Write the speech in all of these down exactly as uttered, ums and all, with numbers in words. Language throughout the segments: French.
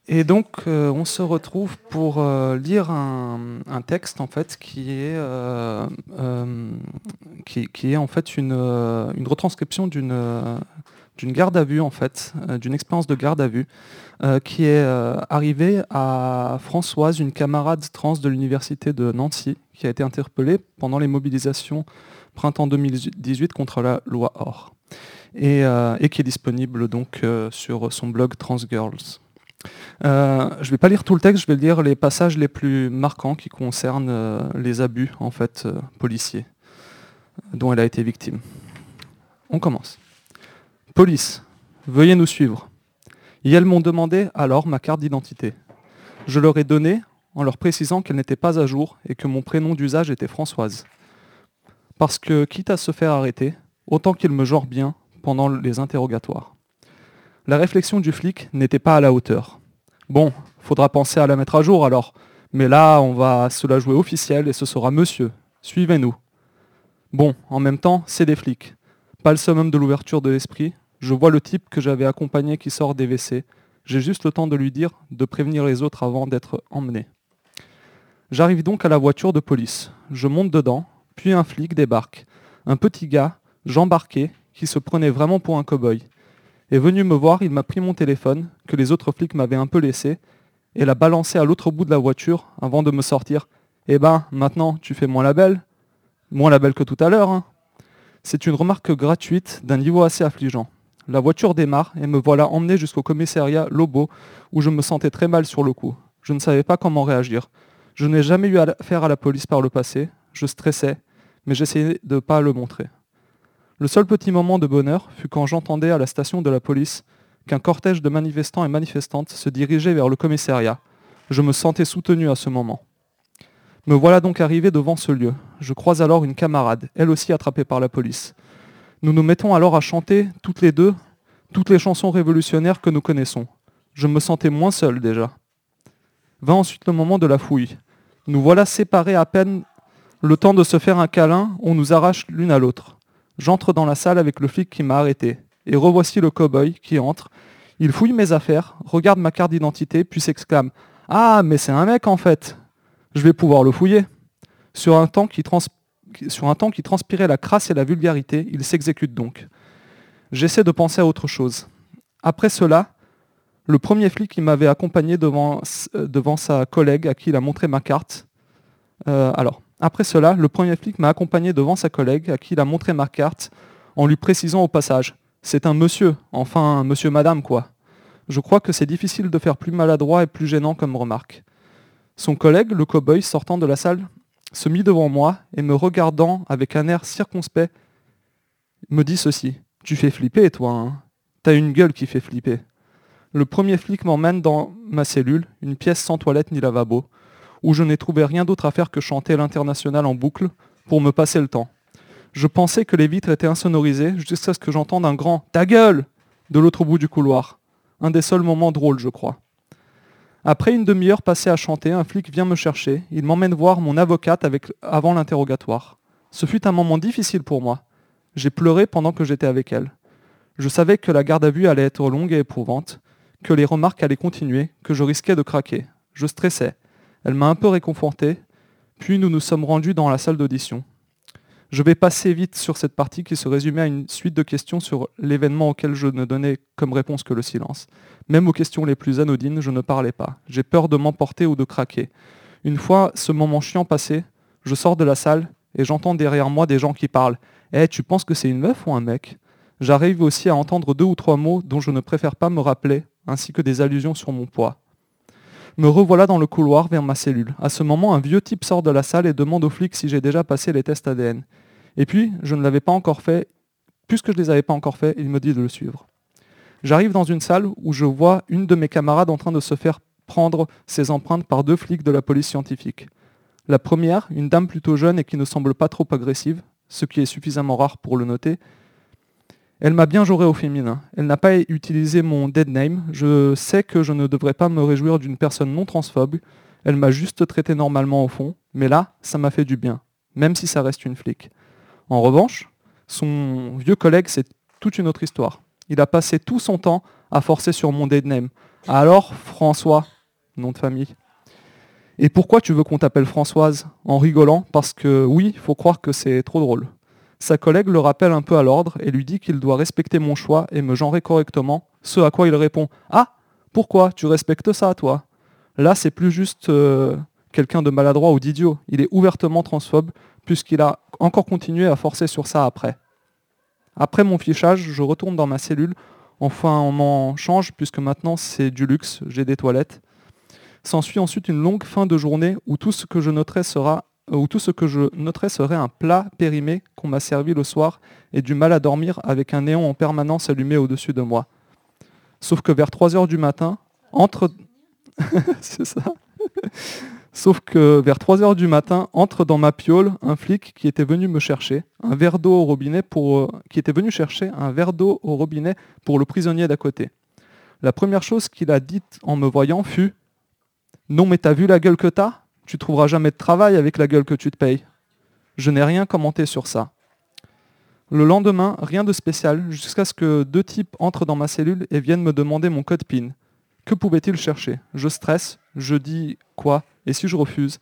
Et donc, euh, on se retrouve pour euh, lire un, un texte en fait qui est euh, euh, qui, qui est en fait une, euh, une retranscription d'une euh, d'une garde à vue en fait, euh, d'une expérience de garde à vue euh, qui est euh, arrivée à Françoise, une camarade trans de l'université de Nancy, qui a été interpellée pendant les mobilisations printemps deux mille dix-huit contre la loi Or, et, euh, et qui est disponible donc euh, sur son blog Transgirls. Euh, je ne vais pas lire tout le texte, je vais lire les passages les plus marquants qui concernent euh, les abus en fait, euh, policiers dont elle a été victime. On commence. Police, veuillez nous suivre. Et elles m'ont demandé alors ma carte d'identité. Je leur ai donné en leur précisant qu'elle n'était pas à jour et que mon prénom d'usage était Françoise. Parce que, quitte à se faire arrêter, autant qu'il me genre bien pendant les interrogatoires. La réflexion du flic n'était pas à la hauteur. Bon, faudra penser à la mettre à jour alors. Mais là, on va se la jouer officielle et ce sera monsieur. Suivez-nous. Bon, en même temps, c'est des flics. Pas le summum de l'ouverture de l'esprit. Je vois le type que j'avais accompagné qui sort des W C. J'ai juste le temps de lui dire de prévenir les autres avant d'être emmené. J'arrive donc à la voiture de police. Je monte dedans, puis un flic débarque. Un petit gars, j'embarquais, qui se prenait vraiment pour un cow-boy. Est venu me voir, il m'a pris mon téléphone, que les autres flics m'avaient un peu laissé, et l'a balancé à l'autre bout de la voiture avant de me sortir. Eh ben, maintenant, tu fais moins la belle. Moins la belle que tout à l'heure, hein. C'est une remarque gratuite d'un niveau assez affligeant. La voiture démarre et me voilà emmené jusqu'au commissariat Lobo, où je me sentais très mal sur le coup. Je ne savais pas comment réagir. Je n'ai jamais eu affaire à la police par le passé. Je stressais, mais j'essayais de ne pas le montrer. Le seul petit moment de bonheur fut quand j'entendais à la station de la police qu'un cortège de manifestants et manifestantes se dirigeait vers le commissariat. Je me sentais soutenu à ce moment. Me voilà donc arrivé devant ce lieu. Je croise alors une camarade, elle aussi attrapée par la police. Nous nous mettons alors à chanter, toutes les deux, toutes les chansons révolutionnaires que nous connaissons. Je me sentais moins seul déjà. Vint ensuite le moment de la fouille. Nous voilà séparés à peine le temps de se faire un câlin, on nous arrache l'une à l'autre. J'entre dans la salle avec le flic qui m'a arrêté. Et revoici le cow-boy qui entre. Il fouille mes affaires, regarde ma carte d'identité, puis s'exclame « Ah, mais c'est un mec en fait !» Je vais pouvoir le fouiller. Sur un temps qui, trans... Sur un temps qui transpirait la crasse et la vulgarité, il s'exécute donc. J'essaie de penser à autre chose. Après cela, le premier flic qui m'avait accompagné devant, euh, devant sa collègue à qui il a montré ma carte. Euh, alors, après cela, le premier flic m'a accompagné devant sa collègue à qui il a montré ma carte en lui précisant au passage « C'est un monsieur, enfin monsieur madame quoi ». Je crois que c'est difficile de faire plus maladroit et plus gênant comme remarque. Son collègue, le cow-boy, sortant de la salle, se mit devant moi et me regardant avec un air circonspect, me dit ceci. « Tu fais flipper, toi, hein. T'as une gueule qui fait flipper. » Le premier flic m'emmène dans ma cellule, une pièce sans toilette ni lavabo, où je n'ai trouvé rien d'autre à faire que chanter l'Internationale en boucle pour me passer le temps. Je pensais que les vitres étaient insonorisées jusqu'à ce que j'entende un grand « Ta gueule !» de l'autre bout du couloir. Un des seuls moments drôles, je crois. Après une demi-heure passée à chanter, un flic vient me chercher. Il m'emmène voir mon avocate avec, avant l'interrogatoire. Ce fut un moment difficile pour moi. J'ai pleuré pendant que j'étais avec elle. Je savais que la garde à vue allait être longue et éprouvante, que les remarques allaient continuer, que je risquais de craquer. Je stressais. Elle m'a un peu réconforté, puis nous nous sommes rendus dans la salle d'audition. Je vais passer vite sur cette partie qui se résumait à une suite de questions sur l'événement auquel je ne donnais comme réponse que le silence. Même aux questions les plus anodines, je ne parlais pas. J'ai peur de m'emporter ou de craquer. Une fois ce moment chiant passé, je sors de la salle et j'entends derrière moi des gens qui parlent. « Eh, tu penses que c'est une meuf ou un mec ?» J'arrive aussi à entendre deux ou trois mots dont je ne préfère pas me rappeler, ainsi que des allusions sur mon poids. Me revoilà dans le couloir vers ma cellule. À ce moment, un vieux type sort de la salle et demande au flic si j'ai déjà passé les tests A D N. Et puis, je ne l'avais pas encore fait. Puisque je ne les avais pas encore fait, il me dit de le suivre. J'arrive dans une salle où je vois une de mes camarades en train de se faire prendre ses empreintes par deux flics de la police scientifique. La première, une dame plutôt jeune et qui ne semble pas trop agressive, ce qui est suffisamment rare pour le noter. Elle m'a bien jauré au féminin. Elle n'a pas utilisé mon dead name. Je sais que je ne devrais pas me réjouir d'une personne non transphobe. Elle m'a juste traité normalement au fond. Mais là, ça m'a fait du bien, même si ça reste une flic. En revanche, son vieux collègue, c'est toute une autre histoire. Il a passé tout son temps à forcer sur mon dead name, Alors, François, nom de famille. Et pourquoi tu veux qu'on t'appelle Françoise? En rigolant, parce que oui, il faut croire que c'est trop drôle. Sa collègue le rappelle un peu à l'ordre et lui dit qu'il doit respecter mon choix et me genrer correctement, ce à quoi il répond « Ah, pourquoi? Tu respectes ça, toi ?» Là, c'est plus juste euh, quelqu'un de maladroit ou d'idiot. Il est ouvertement transphobe, puisqu'il a encore continué à forcer sur ça après. Après mon fichage, je retourne dans ma cellule. Enfin, on m'en change, puisque maintenant c'est du luxe, j'ai des toilettes. S'ensuit ensuite une longue fin de journée où tout ce que je noterai sera où tout ce que je noterai serait un plat périmé qu'on m'a servi le soir et du mal à dormir avec un néon en permanence allumé au-dessus de moi. Sauf que vers trois heures du matin, entre... C'est ça. Sauf que vers trois heures du matin, entre dans ma piole un flic qui était venu me chercher un verre d'eau au robinet pour... euh, qui était venu chercher un verre d'eau au robinet pour le prisonnier d'à côté. La première chose qu'il a dite en me voyant fut « Non mais t'as vu la gueule que t'as ? Tu trouveras jamais de travail avec la gueule que tu te payes. » Je n'ai rien commenté sur ça. Le lendemain, rien de spécial, jusqu'à ce que deux types entrent dans ma cellule et viennent me demander mon code P I N. Que pouvaient-ils chercher? Je stresse, je dis quoi? Et si je refuse?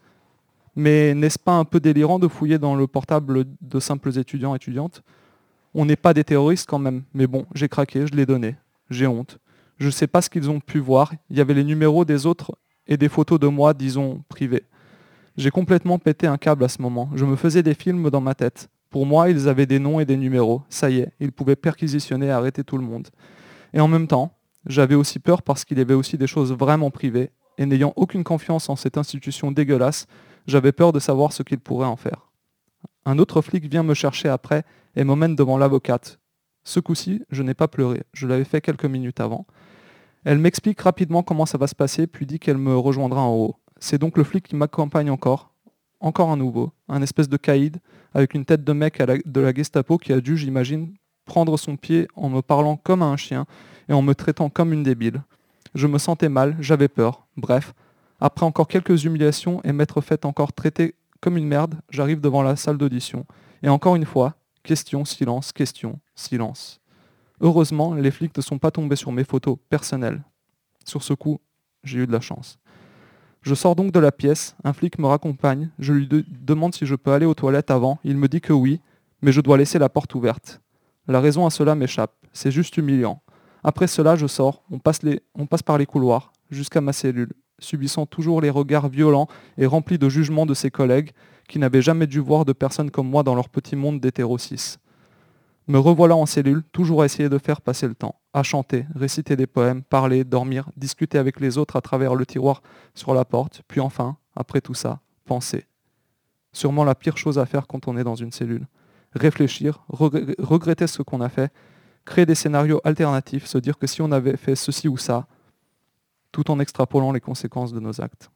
Mais n'est-ce pas un peu délirant de fouiller dans le portable de simples étudiants et étudiantes? On n'est pas des terroristes quand même, mais bon, j'ai craqué, je l'ai donné. J'ai honte. Je ne sais pas ce qu'ils ont pu voir, il y avait les numéros des autres et des photos de moi, disons, privées. J'ai complètement pété un câble à ce moment. Je me faisais des films dans ma tête. Pour moi, ils avaient des noms et des numéros. Ça y est, ils pouvaient perquisitionner et arrêter tout le monde. Et en même temps, j'avais aussi peur parce qu'il y avait aussi des choses vraiment privées. Et n'ayant aucune confiance en cette institution dégueulasse, j'avais peur de savoir ce qu'ils pourraient en faire. Un autre flic vient me chercher après et m'emmène devant l'avocate. Ce coup-ci, je n'ai pas pleuré. Je l'avais fait quelques minutes avant. Elle m'explique rapidement comment ça va se passer, puis dit qu'elle me rejoindra en haut. C'est donc le flic qui m'accompagne encore. Encore un nouveau. Un espèce de caïd, avec une tête de mec à la, de la Gestapo qui a dû, j'imagine, prendre son pied en me parlant comme à un chien et en me traitant comme une débile. Je me sentais mal, j'avais peur. Bref, après encore quelques humiliations et m'être fait encore traiter comme une merde, j'arrive devant la salle d'audition. Et encore une fois, question, silence, question, silence. Heureusement, les flics ne sont pas tombés sur mes photos personnelles. Sur ce coup, j'ai eu de la chance. Je sors donc de la pièce, un flic me raccompagne, je lui de- demande si je peux aller aux toilettes avant, il me dit que oui, mais je dois laisser la porte ouverte. La raison à cela m'échappe, c'est juste humiliant. Après cela, je sors, on passe, les, on passe par les couloirs, jusqu'à ma cellule, subissant toujours les regards violents et remplis de jugements de ses collègues qui n'avaient jamais dû voir de personnes comme moi dans leur petit monde d'hétéro cis. Me revoilà en cellule, toujours à essayer de faire passer le temps, à chanter, réciter des poèmes, parler, dormir, discuter avec les autres à travers le tiroir sur la porte, puis enfin, après tout ça, penser. Sûrement la pire chose à faire quand on est dans une cellule. Réfléchir, regr- regretter ce qu'on a fait, créer des scénarios alternatifs, se dire que si on avait fait ceci ou ça, tout en extrapolant les conséquences de nos actes.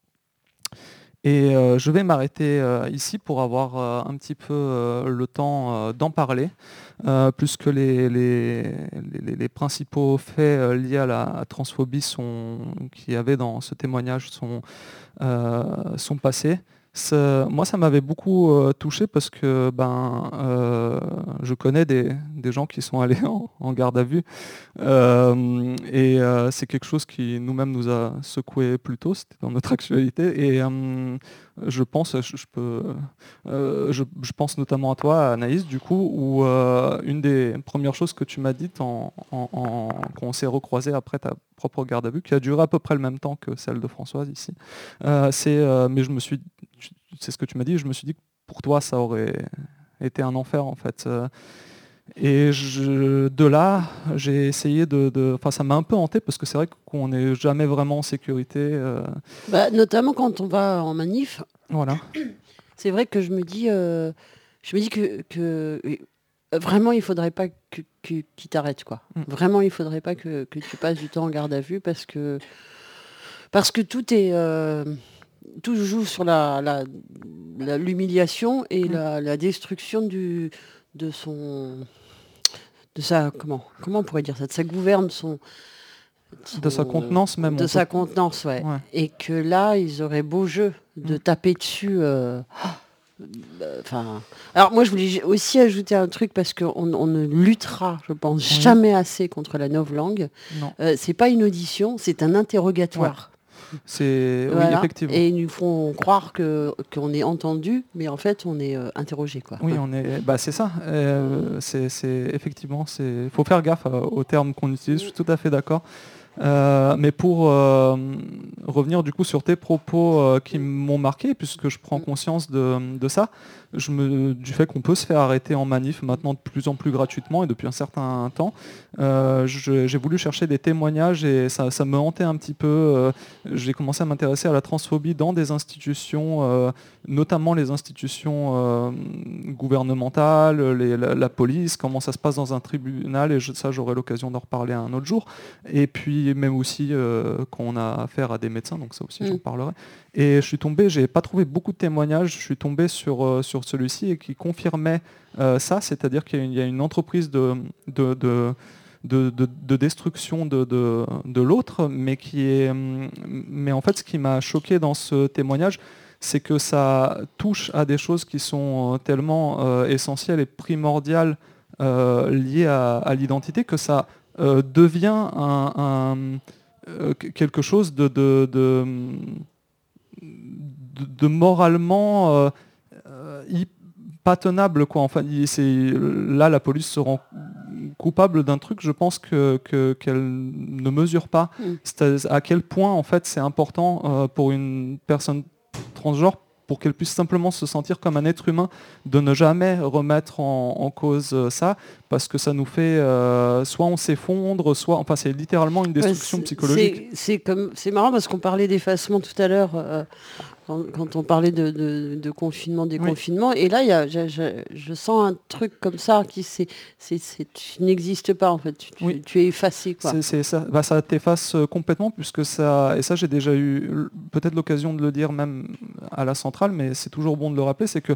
Et euh, je vais m'arrêter euh, ici pour avoir euh, un petit peu euh, le temps euh, d'en parler, euh, puisque les, les, les, les principaux faits euh, liés à la transphobie sont, qu'il y avait dans ce témoignage sont, euh, sont passés. Ça- moi, ça m'avait beaucoup euh, touché parce que ben, euh, je connais des, des gens qui sont allés en, en garde à vue. Euh, et euh, c'est quelque chose qui nous-mêmes nous a secoué plus tôt, c'était dans notre actualité. Et euh, je pense, je, je peux, euh, je, je pense notamment à toi, Anaïs, du coup, où euh, une des premières choses que tu m'as dites en, en- en- quand on s'est recroisé après ta propre garde à vue, qui a duré à peu près le même temps que celle de Françoise ici, euh, c'est, euh, mais je me suis, c'est ce que tu m'as dit, je me suis dit que pour toi ça aurait été un enfer en fait. Euh, et je- de là, j'ai essayé de, de- enfin, ça m'a un peu hanté parce que c'est vrai qu'on n'est jamais vraiment en sécurité. euh, Bah, notamment quand on va en manif, voilà. c'est vrai que je me dis, euh, je me dis que, que, euh, vraiment il faudrait pas que, que- qu'ils t'arrêtent quoi. Mm. Vraiment il faudrait pas que, que tu passes du temps en garde à vue parce que parce que tout est euh, tout joue sur la, la- la- l'humiliation et Mm. la, la destruction du de son de sa comment comment on pourrait dire ça de sa gouverne son De sa son- contenance même. de On peut... sa contenance, ouais. ouais. Et que là, ils auraient beau jeu de Mm. taper dessus. euh, Enfin, alors moi je voulais aussi ajouter un truc parce qu'on on ne luttera, je pense, Oui. jamais assez contre la novlangue. Non. Euh, c'est pas une audition, c'est un interrogatoire. C'est oui, Voilà. effectivement. Et ils nous font croire que qu'on est entendu, mais en fait on est euh, interrogé, quoi. Oui, on est. Bah c'est ça. Euh, c'est, c'est effectivement, c'est. Faut faire gaffe euh, aux termes qu'on utilise. Je suis tout à fait d'accord. Euh, mais pour euh, revenir du coup sur tes propos euh, qui m'ont marqué, puisque je prends conscience de, de ça, je me, du fait qu'on peut se faire arrêter en manif maintenant de plus en plus gratuitement et depuis un certain temps, euh, je- j'ai voulu chercher des témoignages et ça, ça me hantait un petit peu. Euh, j'ai commencé à m'intéresser à la transphobie dans des institutions, euh, notamment les institutions euh, gouvernementales, les- la, la police, comment ça se passe dans un tribunal, et je- ça j'aurai l'occasion d'en reparler un autre jour. Et puis même aussi euh, quand on a affaire à des médecins, donc ça aussi Mm. j'en parlerai. Et je suis tombé, j'ai pas trouvé beaucoup de témoignages, je suis tombé sur, euh, sur celui-ci et qui confirmait euh, ça, c'est-à-dire qu'il y a une, il y a une entreprise de, de, de, de, de- de destruction de, de, de l'autre, mais qui est, hum, mais en fait ce qui m'a choqué dans ce témoignage, c'est que ça touche à des choses qui sont euh, tellement euh, essentielles et primordiales euh, liées à, à l'identité que ça euh, devient un, un, euh, quelque chose de, de, de, de, de moralement euh, euh, hy- pas tenable, quoi. Enfin, il- c'est, là, la police se rend coupable d'un truc, je pense que, que- qu'elle ne mesure pas. Mm. C'est à, à quel point, en fait, c'est important euh, pour une personne transgenre, pour qu'elle puisse simplement se sentir comme un être humain, de ne jamais remettre en, en cause euh, ça, parce que ça nous fait, euh, soit on s'effondre, soit, enfin, c'est littéralement une Ouais, destruction c'est- psychologique. c'est c'est comme c'est marrant parce qu'on parlait d'effacement tout à l'heure euh, quand, quand on parlait de, de- de confinement, déconfinement, et là il y a, je, je- je sens un truc comme ça qui c'est c'est c'est- tu n'existes pas en fait, tu, tu- Oui. tu es effacé, quoi. C'est, c'est ça, bah, ça t'efface euh, complètement, puisque ça, et ça j'ai déjà eu l- peut-être l'occasion de le dire même à la centrale, mais c'est toujours bon de le rappeler, c'est que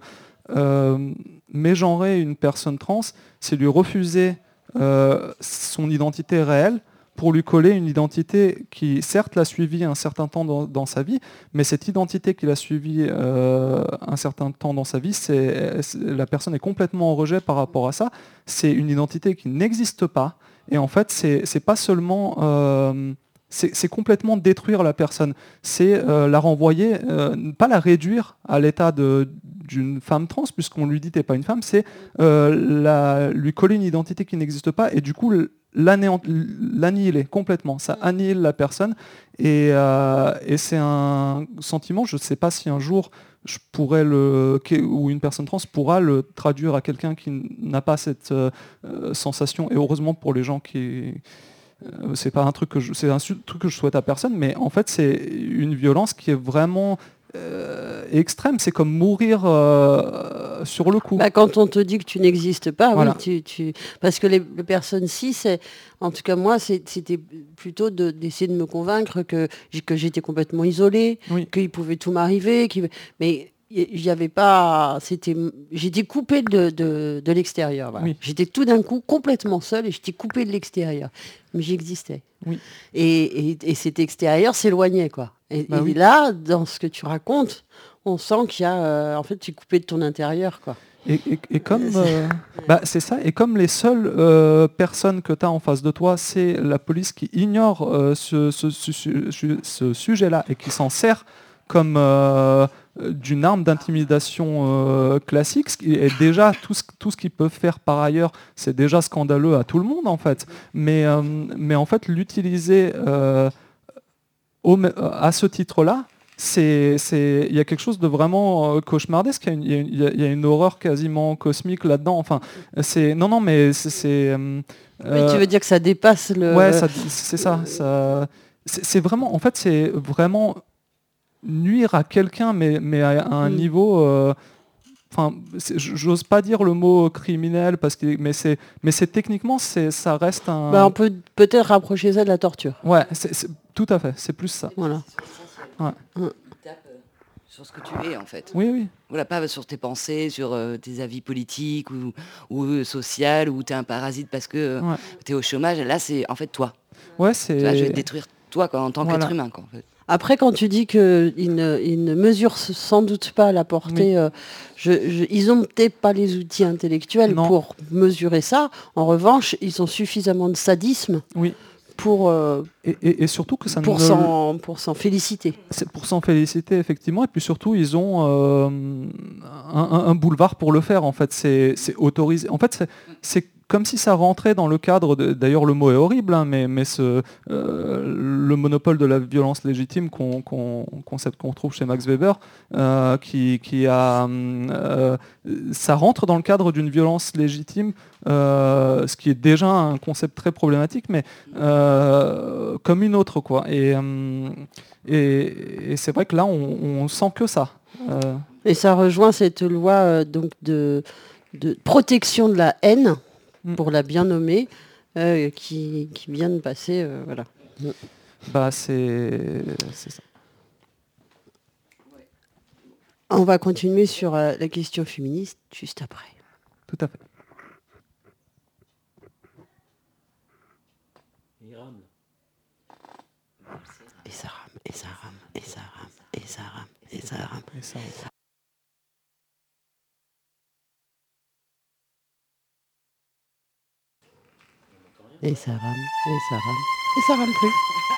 euh, mégenrer une personne trans, c'est lui refuser euh, son identité réelle pour lui coller une identité qui certes l'a suivi un certain temps dans, dans sa vie, mais cette identité qu'il a suivi euh, un certain temps dans sa vie, c'est, c'est- la personne est complètement en rejet par rapport à ça. C'est une identité qui n'existe pas. Et en fait, c'est c'est pas seulement, euh, c'est c'est complètement détruire la personne. C'est euh, la renvoyer, euh, pas la réduire à l'état de- d'une femme trans, puisqu'on lui dit t'es pas une femme, c'est euh, la- lui coller une identité qui n'existe pas et du coup l'anéant- l'annihiler complètement. Ça annihile la personne et, euh, et c'est un sentiment, je ne sais pas si un jour je pourrais le, ou une personne trans pourra le traduire à quelqu'un qui n'a pas cette euh, euh, sensation. Et heureusement pour les gens qui, euh, c'est pas un truc que je, c'est un su- truc que je souhaite à personne, mais en fait c'est une violence qui est vraiment euh, extrême. C'est comme mourir euh, sur le coup. Bah, quand on te dit que tu n'existes pas, Voilà. oui, tu, tu... parce que les, les personnes cis, c'est, en tout cas moi, c'est- c'était plutôt de- d'essayer de me convaincre que, j- que j'étais complètement isolée, Oui. qu'il pouvait tout m'arriver, qu'il- mais il y avait pas, c'était, j'étais coupée de, de, de l'extérieur. Voilà. Oui. J'étais tout d'un coup complètement seule et j'étais coupée de l'extérieur, mais j'existais. Oui. Et, et, et cet extérieur s'éloignait, quoi. Et, Bah et oui. là, dans ce que tu racontes, on sent qu'il y a, euh, en fait, tu es coupé de ton intérieur, quoi. Et, et- et comme euh, bah, c'est ça, et comme les seules euh, personnes que tu as en face de toi, c'est la police qui ignore euh, ce, ce- ce- ce- ce sujet-là et qui s'en sert comme euh, d'une arme d'intimidation euh, classique, ce qui est déjà tout ce, tout ce qu'ils peuvent faire par ailleurs, c'est déjà scandaleux à tout le monde en fait. Mais, euh, mais en fait, l'utiliser euh, au- à ce titre-là, c'est, c'est, il y a quelque chose de vraiment euh, cauchemardesque. Il y, a une, il y a une- il y a- il y a une horreur quasiment cosmique là-dedans. Enfin, c'est non, non, mais c'est, c'est, euh, Oui, tu veux dire que ça dépasse le... ouais, ça- c'est ça. ça c'est, c'est vraiment, en fait, c'est vraiment nuire à quelqu'un, mais, mais à, à un Mm. niveau. euh, Enfin, c'est- j'ose pas dire le mot criminel parce que, mais c'est, mais c'est techniquement, c'est, ça reste un. Bah, on peut peut-être rapprocher ça de la torture. Ouais, c'est, c'est- tout à fait. C'est plus ça. Voilà. Ouais. Tape euh, sur ce que tu es en fait. Oui, oui. Voilà, pas sur tes pensées, sur euh, tes avis politiques ou, ou euh, social, ou t'es un parasite parce que euh, Ouais. t'es au chômage. Là, c'est en fait toi. Ouais, Tu vois, je vais te c'est. détruire toi quoi, en tant Voilà. qu'être humain. Quoi, en fait. Après, quand tu dis qu'ils ne, ils ne mesurent sans doute pas la portée, oui. euh, je, je, ils n'ont peut-être pas les outils intellectuels non. pour mesurer ça. En revanche, ils ont suffisamment de sadisme oui. pour, euh, et, et, et surtout que ça pour, ne... s'en, pour s'en féliciter. C'est pour s'en féliciter, effectivement. Et puis surtout, ils ont euh, un, un boulevard pour le faire. En fait, c'est, c'est autorisé. En fait, c'est, c'est comme si ça rentrait dans le cadre, de, d'ailleurs le mot est horrible, hein, mais, mais ce, euh, le monopole de la violence légitime, qu'on, qu'on, concept qu'on trouve chez Max Weber, euh, qui, qui a, euh, ça rentre dans le cadre d'une violence légitime, euh, ce qui est déjà un concept très problématique, mais euh, comme une autre, quoi. Et, euh, et, et c'est vrai que là, on, on sent que ça. Euh... Et ça rejoint cette loi euh, donc de, de protection de la haine, pour la bien nommer, euh, qui, qui vient de passer, euh, voilà. Bah c'est, c'est ça. On va continuer sur euh, la question féministe juste après. Tout à fait. Et ça rame, et ça rame, et ça rame, et ça rame, et ça rame, et ça rame. Et ça rame, et ça rame, et ça rame plus.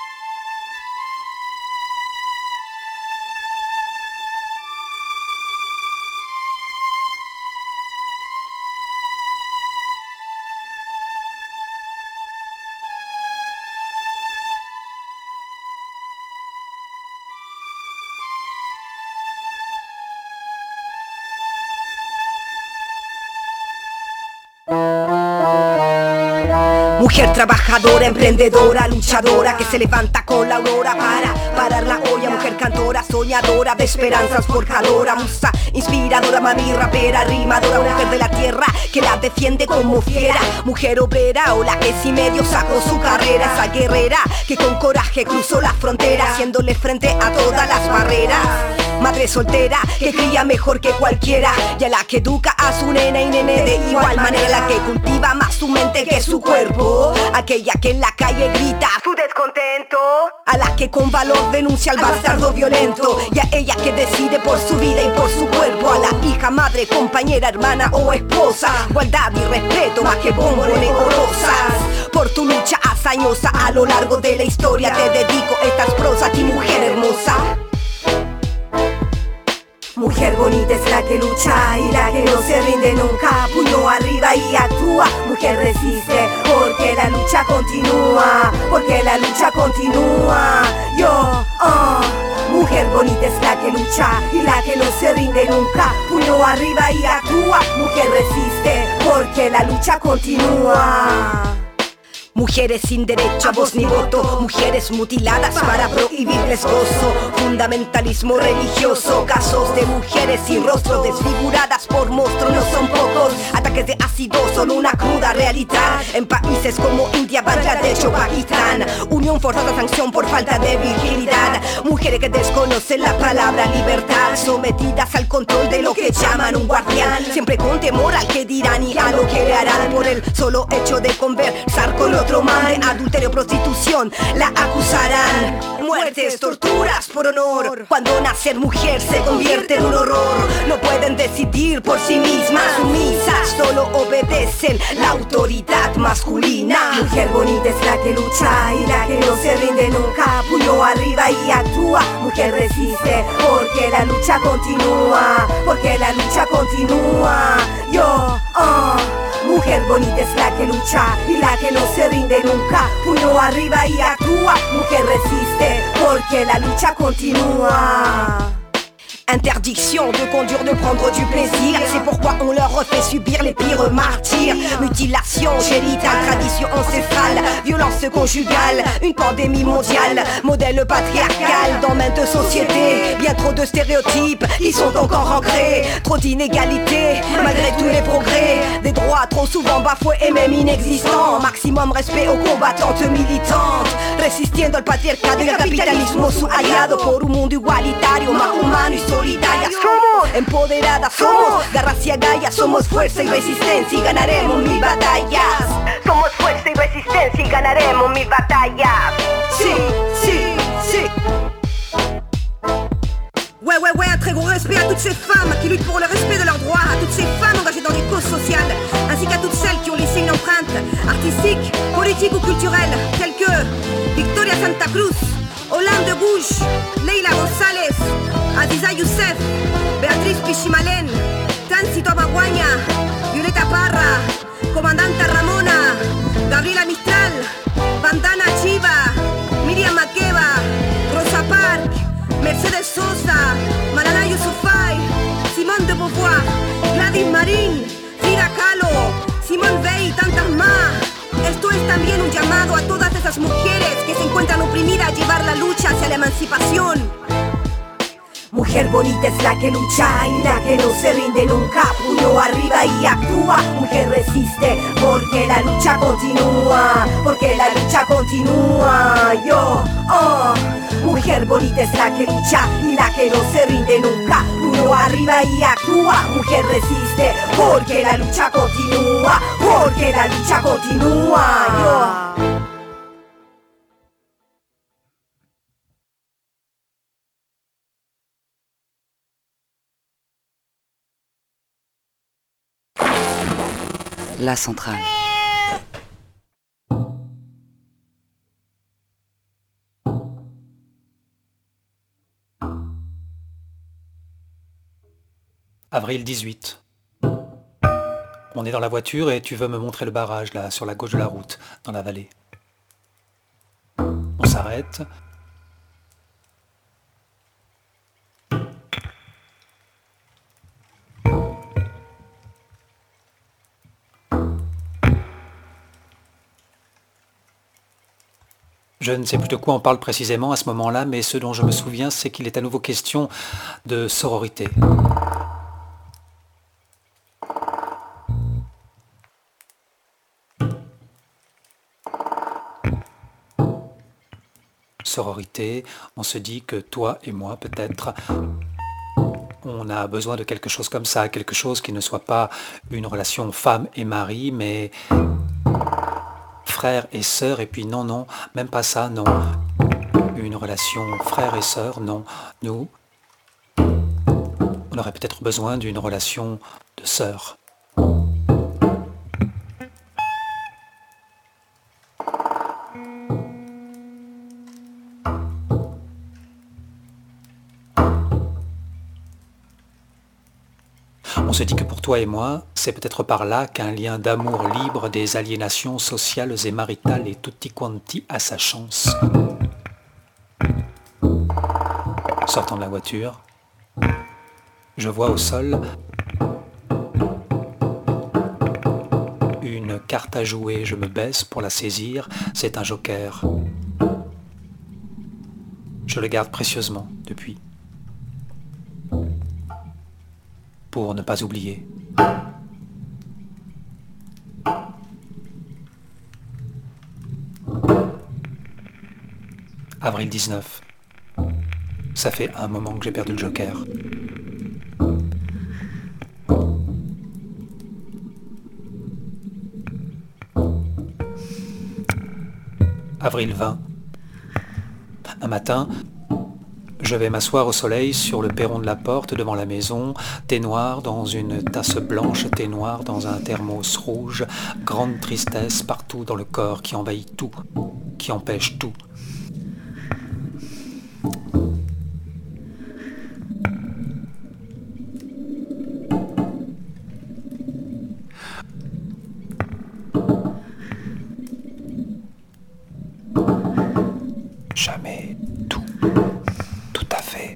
Mujer trabajadora, emprendedora, luchadora, que se levanta con la aurora para parar la olla. Mujer cantora, soñadora, de esperanzas forjadora, musa inspiradora, mami rapera, rimadora. Mujer de la tierra que la defiende como fiera. Mujer obrera o la que si medio sacó su carrera. Esa guerrera que con coraje cruzó la frontera, haciéndole frente a todas las barreras. Madre soltera que cría mejor que cualquiera, y a la que educa a su nena y nene de igual manera. La que cultiva más su mente que su cuerpo, aquella que en la calle grita su descontento, a la que con valor denuncia al bastardo violento, y a ella que decide por su vida y por su cuerpo. A la hija, madre, compañera, hermana o esposa, igualdad y respeto más que bombones o rosas. Por tu lucha hazañosa a lo largo de la historia te dedico estas prosas, a ti mujer hermosa. Mujer bonita es la que lucha y la que no se rinde nunca, puño arriba y actúa. Mujer resiste porque la lucha continúa, porque la lucha continúa. Yo, oh, mujer bonita es la que lucha y la que no se rinde nunca, puño arriba y actúa. Mujer resiste porque la lucha continúa. Mujeres sin derecho a voz ni voto, mujeres mutiladas para prohibirles gozo. Fundamentalismo religioso, casos de mujeres sin rostro, desfiguradas por monstruos, no son pocos. Ataques de ácido, solo una cruda realidad en países como India, Bangladesh o Pakistán. Unión forzada, sanción por falta de virginidad. Mujeres que desconocen la palabra libertad, sometidas al control de lo que llaman un guardián, siempre con temor al que dirán y a lo que le harán por el solo hecho de conversar con los otro man. De adulterio, prostitución, la acusarán. Muertes, torturas por honor. Cuando nacer mujer se convierte en un horror. No pueden decidir por sí mismas, sumisas, solo obedecen la autoridad masculina. Mujer bonita es la que lucha y la que no se rinde nunca, puño arriba y actúa. Mujer resiste porque la lucha continúa, porque la lucha continúa. Yo, oh, mujer bonita es la que lucha y la que no se rinde nunca, puño arriba y actúa. Mujer resiste porque la lucha continúa. Interdiction de conduire, de prendre du plaisir, c'est pourquoi on leur refait subir les pires martyrs. Mutilation génitale, tradition ancestrale, violence conjugale, une pandémie mondiale, modèle patriarcal dans maintes sociétés. Bien trop de stéréotypes qui sont encore ancrés, trop d'inégalités malgré tous les progrès. Des droits trop souvent bafoués et même inexistants. Maximum respect aux combattantes militantes, resistiendo al patriarcado y al capitalismo, su aliado por un mundo igualitario, más humano y solidarias. Somos empoderadas, somos garras y agallas, somos fuerza y resistencia y ganaremos mil batallas. Somos fuerza y resistencia y ganaremos mil batallas. Sí, sí, sí. ces femmes qui luttent pour le respect de leurs droits, à toutes ces femmes engagées dans des causes sociales, ainsi qu'à toutes celles qui ont laissé une empreinte artistique, politique ou culturelle, telles que Victoria Santa Cruz, Hollande Gouche, Leila González, Aziza Youssef, Beatriz Pichimalen, Tránsito Amaguaña, Violeta Parra, Comandante Ramona, Gabriela Mistral, Bandana Chiva, Miriam Makeba, Rosa Parks, Mercedes Sosa, Malala Yousafzai, Simone de Beauvoir, Gladys Marín, Frida Kahlo, Simone Weil y tantas más. Esto es también un llamado a todas esas mujeres que se encuentran oprimidas a llevar la lucha hacia la emancipación. Mujer bonita es la que lucha y la que no se rinde nunca. Puño arriba y actúa. Mujer resiste porque la lucha continúa. Porque la lucha continúa. Yo, oh. Mujer bonita es la que lucha y la que no se rinde nunca. Puño arriba y actúa. Mujer resiste porque la lucha continúa. Porque la lucha continúa. Yo. La centrale. Avril dix-huit. On est dans la voiture et tu veux me montrer le barrage, là, sur la gauche de la route, dans la vallée. On s'arrête. Je ne sais plus de quoi on parle précisément à ce moment-là, mais ce dont je me souviens, c'est qu'il est à nouveau question de sororité. Sororité, on se dit que toi et moi, peut-être, on a besoin de quelque chose comme ça, quelque chose qui ne soit pas une relation femme et mari, mais frère et sœur, et puis non, non, même pas ça, non. Une relation frère et sœur, non. Nous, on aurait peut-être besoin d'une relation de sœur. On se dit que pour toi et moi, c'est peut-être par là qu'un lien d'amour libre des aliénations sociales et maritales et tutti quanti a sa chance. Sortant de la voiture, je vois au sol une carte à jouer. Je me baisse pour la saisir. C'est un joker. Je le garde précieusement depuis. Pour ne pas oublier. Avril dix-neuf. Ça fait un moment que j'ai perdu le joker. Avril vingt. Un matin, je vais m'asseoir au soleil sur le perron de la porte devant la maison, thé noir dans une tasse blanche, thé noir dans un thermos rouge, grande tristesse partout dans le corps qui envahit tout, qui empêche tout. Jamais tout. Tout à fait.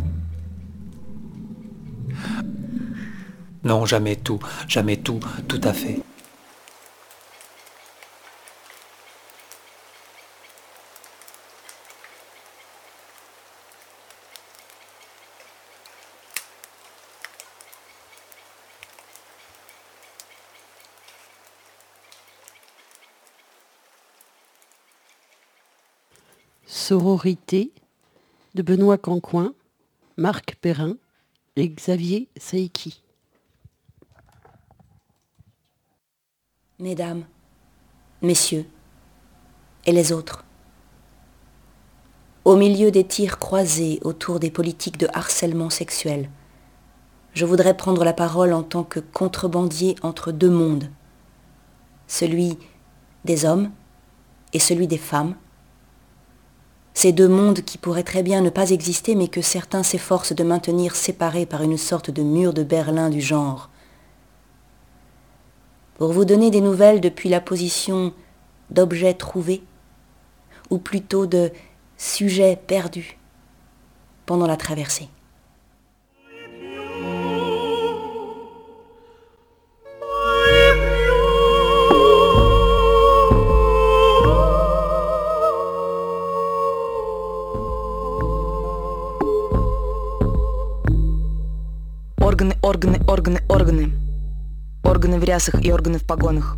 Non, jamais tout, jamais tout, tout à fait. Sororité de Benoît Cancoin, Marc Perrin et Xavier Saïki. Mesdames, messieurs, et les autres, au milieu des tirs croisés autour des politiques de harcèlement sexuel, je voudrais prendre la parole en tant que contrebandier entre deux mondes, celui des hommes et celui des femmes. Ces deux mondes qui pourraient très bien ne pas exister, mais que certains s'efforcent de maintenir séparés par une sorte de mur de Berlin du genre. Pour vous donner des nouvelles depuis la position d'objets trouvés, ou plutôt de sujets perdus pendant la traversée. Органы, органы, органы, органы. Органы в рясах и органы в погонах.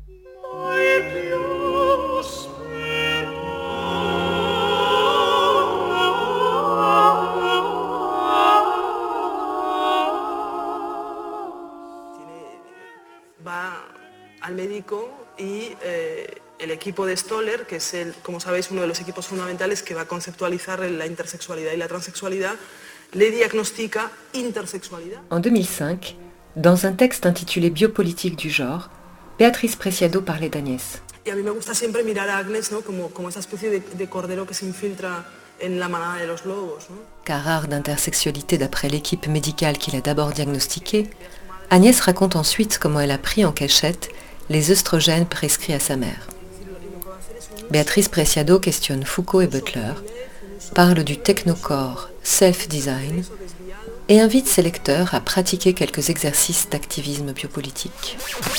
Va al médico y eh, el equipo de Stoller, que es, el, como sabéis, uno de los equipos fundamentales que va a conceptualizar la intersexualidad y la transexualidad, le diagnostica intersexualidad. En deux mille cinq, dans un texte intitulé Biopolitique du genre, Beatriz Preciado parlait d'Agnès. Y a mí me gusta siempre mirar a Agnes, ¿no? como, como esa especie de, de cordero que se infiltra en la manada de los lobos, ¿no? Car rare d'intersexualité d'après l'équipe médicale qui l'a d'abord diagnostiquée, Agnès raconte ensuite comment elle a pris en cachette les œstrogènes prescrits à sa mère. Beatriz Preciado questionne Foucault et Butler, parle du technocore self-design et invite ses lecteurs à pratiquer quelques exercices d'activisme biopolitique.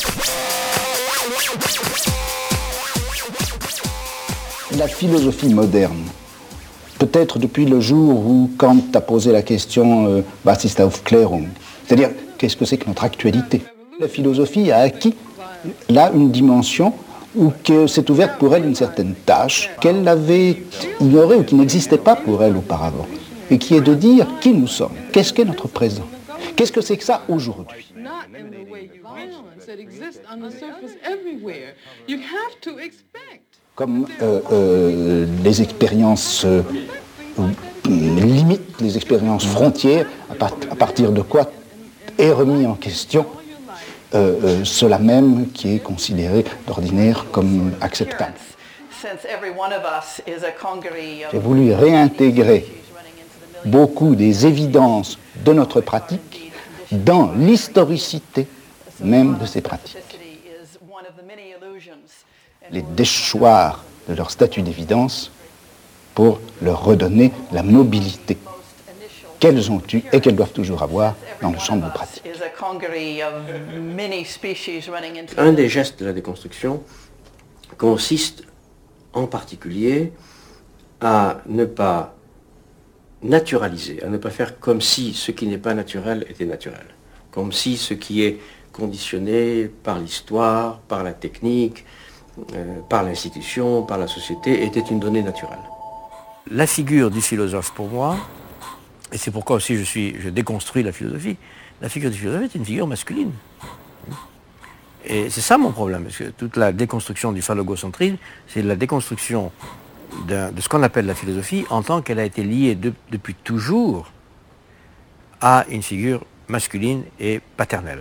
La philosophie moderne, peut-être depuis le jour où Kant a posé la question euh, Was ist Aufklärung, c'est-à-dire qu'est-ce que c'est que notre actualité. La philosophie a acquis là une dimension où que s'est ouverte pour elle une certaine tâche qu'elle avait ignorée ou qui n'existait pas pour elle auparavant, et qui est de dire qui nous sommes, qu'est-ce qu'est notre présent, qu'est-ce que c'est que ça aujourd'hui. Comme euh, euh, les expériences euh, limites, les expériences frontières, à, part, à partir de quoi est remis en question euh, euh, cela même qui est considéré d'ordinaire comme acceptable. J'ai voulu réintégrer beaucoup des évidences de notre pratique dans l'historicité même de ces pratiques. Les déchoir de leur statut d'évidence pour leur redonner la mobilité qu'elles ont eue et qu'elles doivent toujours avoir dans le champ de nos pratiques. Un des gestes de la déconstruction consiste en particulier à ne pas naturaliser, à ne pas faire comme si ce qui n'est pas naturel était naturel, comme si ce qui est conditionné par l'histoire, par la technique, euh, par l'institution, par la société, était une donnée naturelle. La figure du philosophe pour moi, et c'est pourquoi aussi je, suis, je déconstruis la philosophie, la figure du philosophe est une figure masculine. Et c'est ça mon problème, parce que toute la déconstruction du phallogocentrisme, c'est la déconstruction de, de ce qu'on appelle la philosophie en tant qu'elle a été liée de, depuis toujours à une figure masculine et paternelle.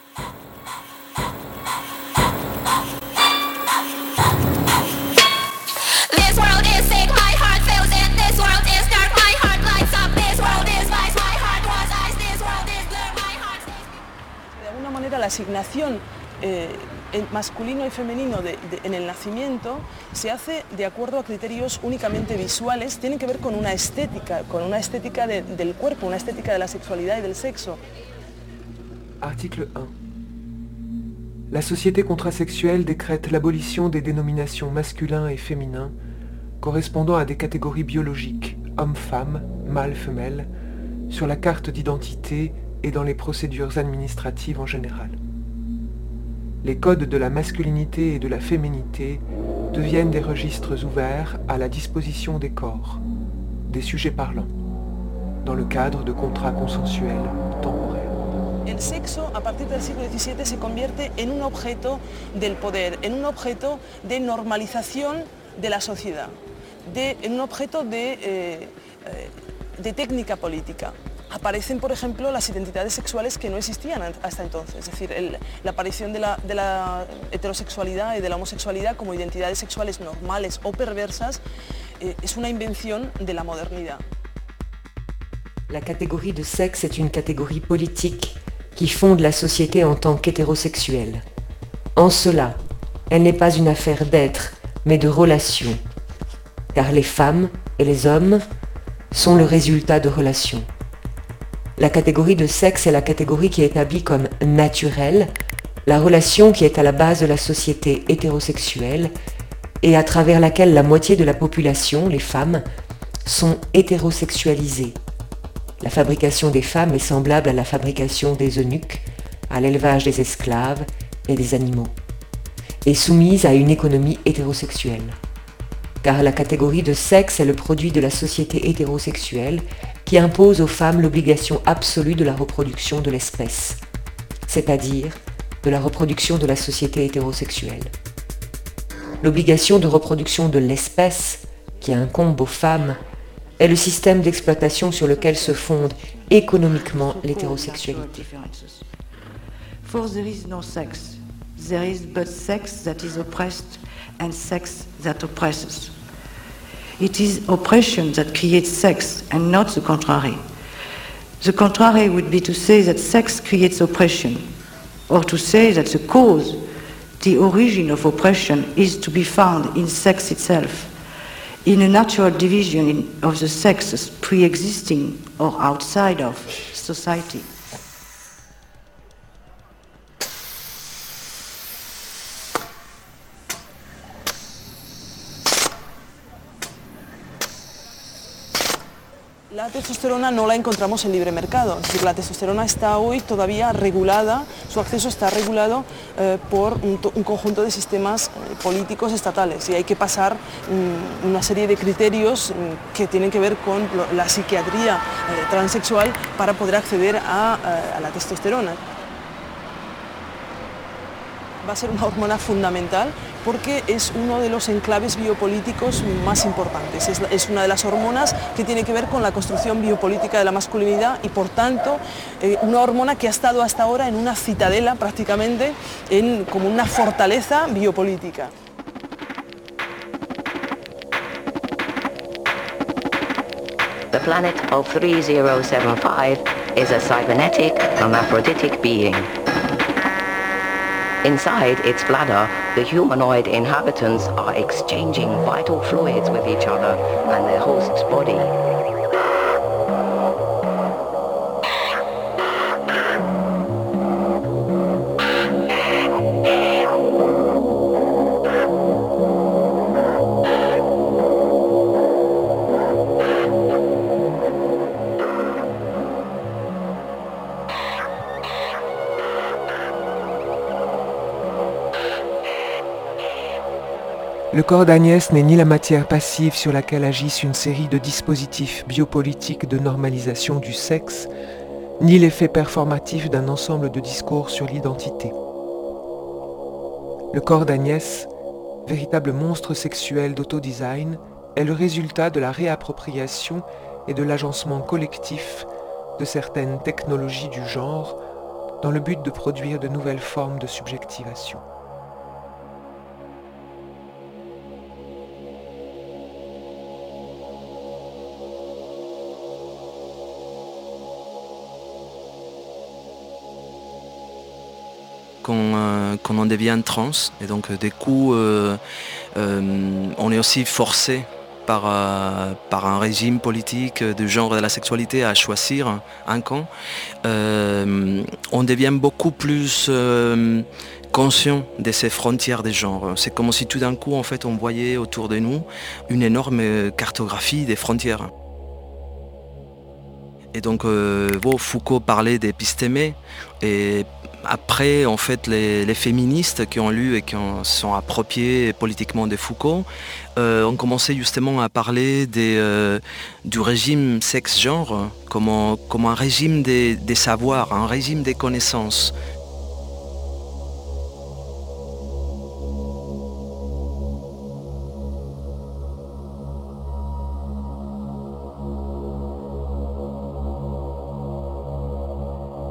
La asignación eh, masculino y femenino de, de, en el nacimiento se hace de acuerdo a criterios únicamente visuales, tienen que ver con una estética, con una estética de, del cuerpo, una estética de la sexualidad y del sexo. Article un. La société contrasexuelle décrète l'abolition des dénominations masculin et féminin correspondant à des catégories biologiques, homme-femme, mâle-femelle, sur la carte d'identité et dans les procédures administratives en général. Les codes de la masculinité et de la féminité deviennent des registres ouverts à la disposition des corps, des sujets parlants, dans le cadre de contrats consensuels temporaires. El sexo, a partir del siglo diecisiete, se convierte en un objeto del poder, en un objeto de normalización de la sociedad, de, en un objeto de, eh, de técnica política. aparecen, por ejemplo, las identidades sexuales que no existían hasta entonces. Es decir, el, la aparición de la, de la heterosexualidad y de la homosexualidad como identidades sexuales normales o perversas eh, es una invención de la modernidad. La catégorie de sexe est une catégorie politique qui fonde la société en tant qu'hétérosexuelle. En cela, elle n'est pas une affaire d'être, mais de relation, car les femmes et les hommes sont le résultat de relations. La catégorie de sexe est la catégorie qui établit comme naturelle la relation qui est à la base de la société hétérosexuelle et à travers laquelle la moitié de la population, les femmes, sont hétérosexualisées. La fabrication des femmes est semblable à la fabrication des eunuques, à l'élevage des esclaves et des animaux, et soumise à une économie hétérosexuelle. Car la catégorie de sexe est le produit de la société hétérosexuelle qui impose aux femmes l'obligation absolue de la reproduction de l'espèce, c'est-à-dire de la reproduction de la société hétérosexuelle. L'obligation de reproduction de l'espèce, qui incombe aux femmes, est le système d'exploitation sur lequel se fonde économiquement l'hétérosexualité. For there is no sex. There is but sex that is oppressed and sex that oppresses. It is oppression that creates sex and not the contrary. The contrary would be to say that sex creates oppression, or to say that the cause, the origin of oppression, is to be found in sex itself, in a natural division in, of the sexes pre-existing or outside of society. La testosterona no la encontramos en libre mercado, es decir, la testosterona está hoy todavía regulada, su acceso está regulado eh, por un, un conjunto de sistemas eh, políticos estatales y hay que pasar um, una serie de criterios um, que tienen que ver con lo, la psiquiatría eh, transexual para poder acceder a, a, a la testosterona. Va a ser una hormona fundamental porque es uno de los enclaves biopolíticos más importantes. Es, es una de las hormonas que tiene que ver con la construcción biopolítica de la masculinidad y, por tanto, eh, una hormona que ha estado hasta ahora en una citadela prácticamente, en, como una fortaleza biopolítica. The planet of three zero seven five is a cybernetic, hermaphroditic being. Inside its bladder, the humanoid inhabitants are exchanging vital fluids with each other and their host's body. Le corps d'Agnès n'est ni la matière passive sur laquelle agissent une série de dispositifs biopolitiques de normalisation du sexe, ni l'effet performatif d'un ensemble de discours sur l'identité. Le corps d'Agnès, véritable monstre sexuel d'autodesign, est le résultat de la réappropriation et de l'agencement collectif de certaines technologies du genre dans le but de produire de nouvelles formes de subjectivation. Quand, euh, quand on devient trans, et donc euh, du coup euh, euh, on est aussi forcé par, euh, par un régime politique du genre de la sexualité à choisir un camp, euh, on devient beaucoup plus euh, conscient de ces frontières des genres. C'est comme si tout d'un coup en fait on voyait autour de nous une énorme cartographie des frontières. Et donc euh, bon, Foucault parlait d'épistémé, et après, en fait, les, les féministes qui ont lu et qui ont, sont appropriés politiquement de Foucault euh, ont commencé justement à parler des, euh, du régime sexe-genre comme, un, comme un régime des, des savoirs, un régime des connaissances.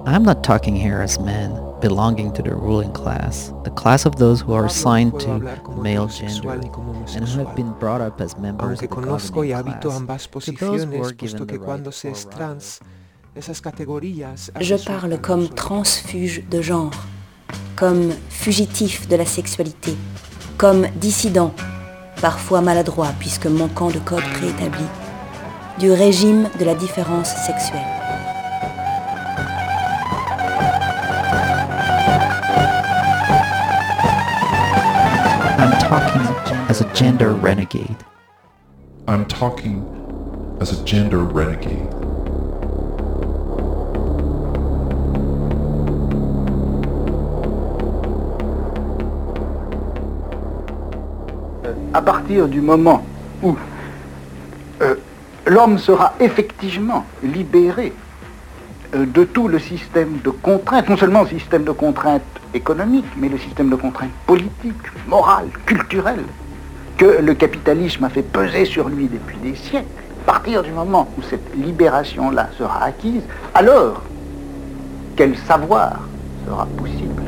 I'm not talking here as men belonging to the ruling class, the class of those who are assigned to male gender and who have been brought up as members Aunque of the conozco y governing habito class, ambas to those who posiciones, are given puesto the que right cuando se es for trans, esas categorías Je parle comme transfuge de genre, comme fugitif de la sexualité, comme dissident, parfois maladroit puisque manquant de code préétabli, du régime de la différence sexuelle. I'm talking as a gender renegade. I'm talking as a gender renegade. À partir du moment où euh, l'homme sera effectivement libéré euh, de tout le système de contraintes, non seulement le système de contraintes économiques, mais le système de contraintes politiques, morales, culturelles, que le capitalisme a fait peser sur lui depuis des siècles, à partir du moment où cette libération-là sera acquise, alors quel savoir sera possible?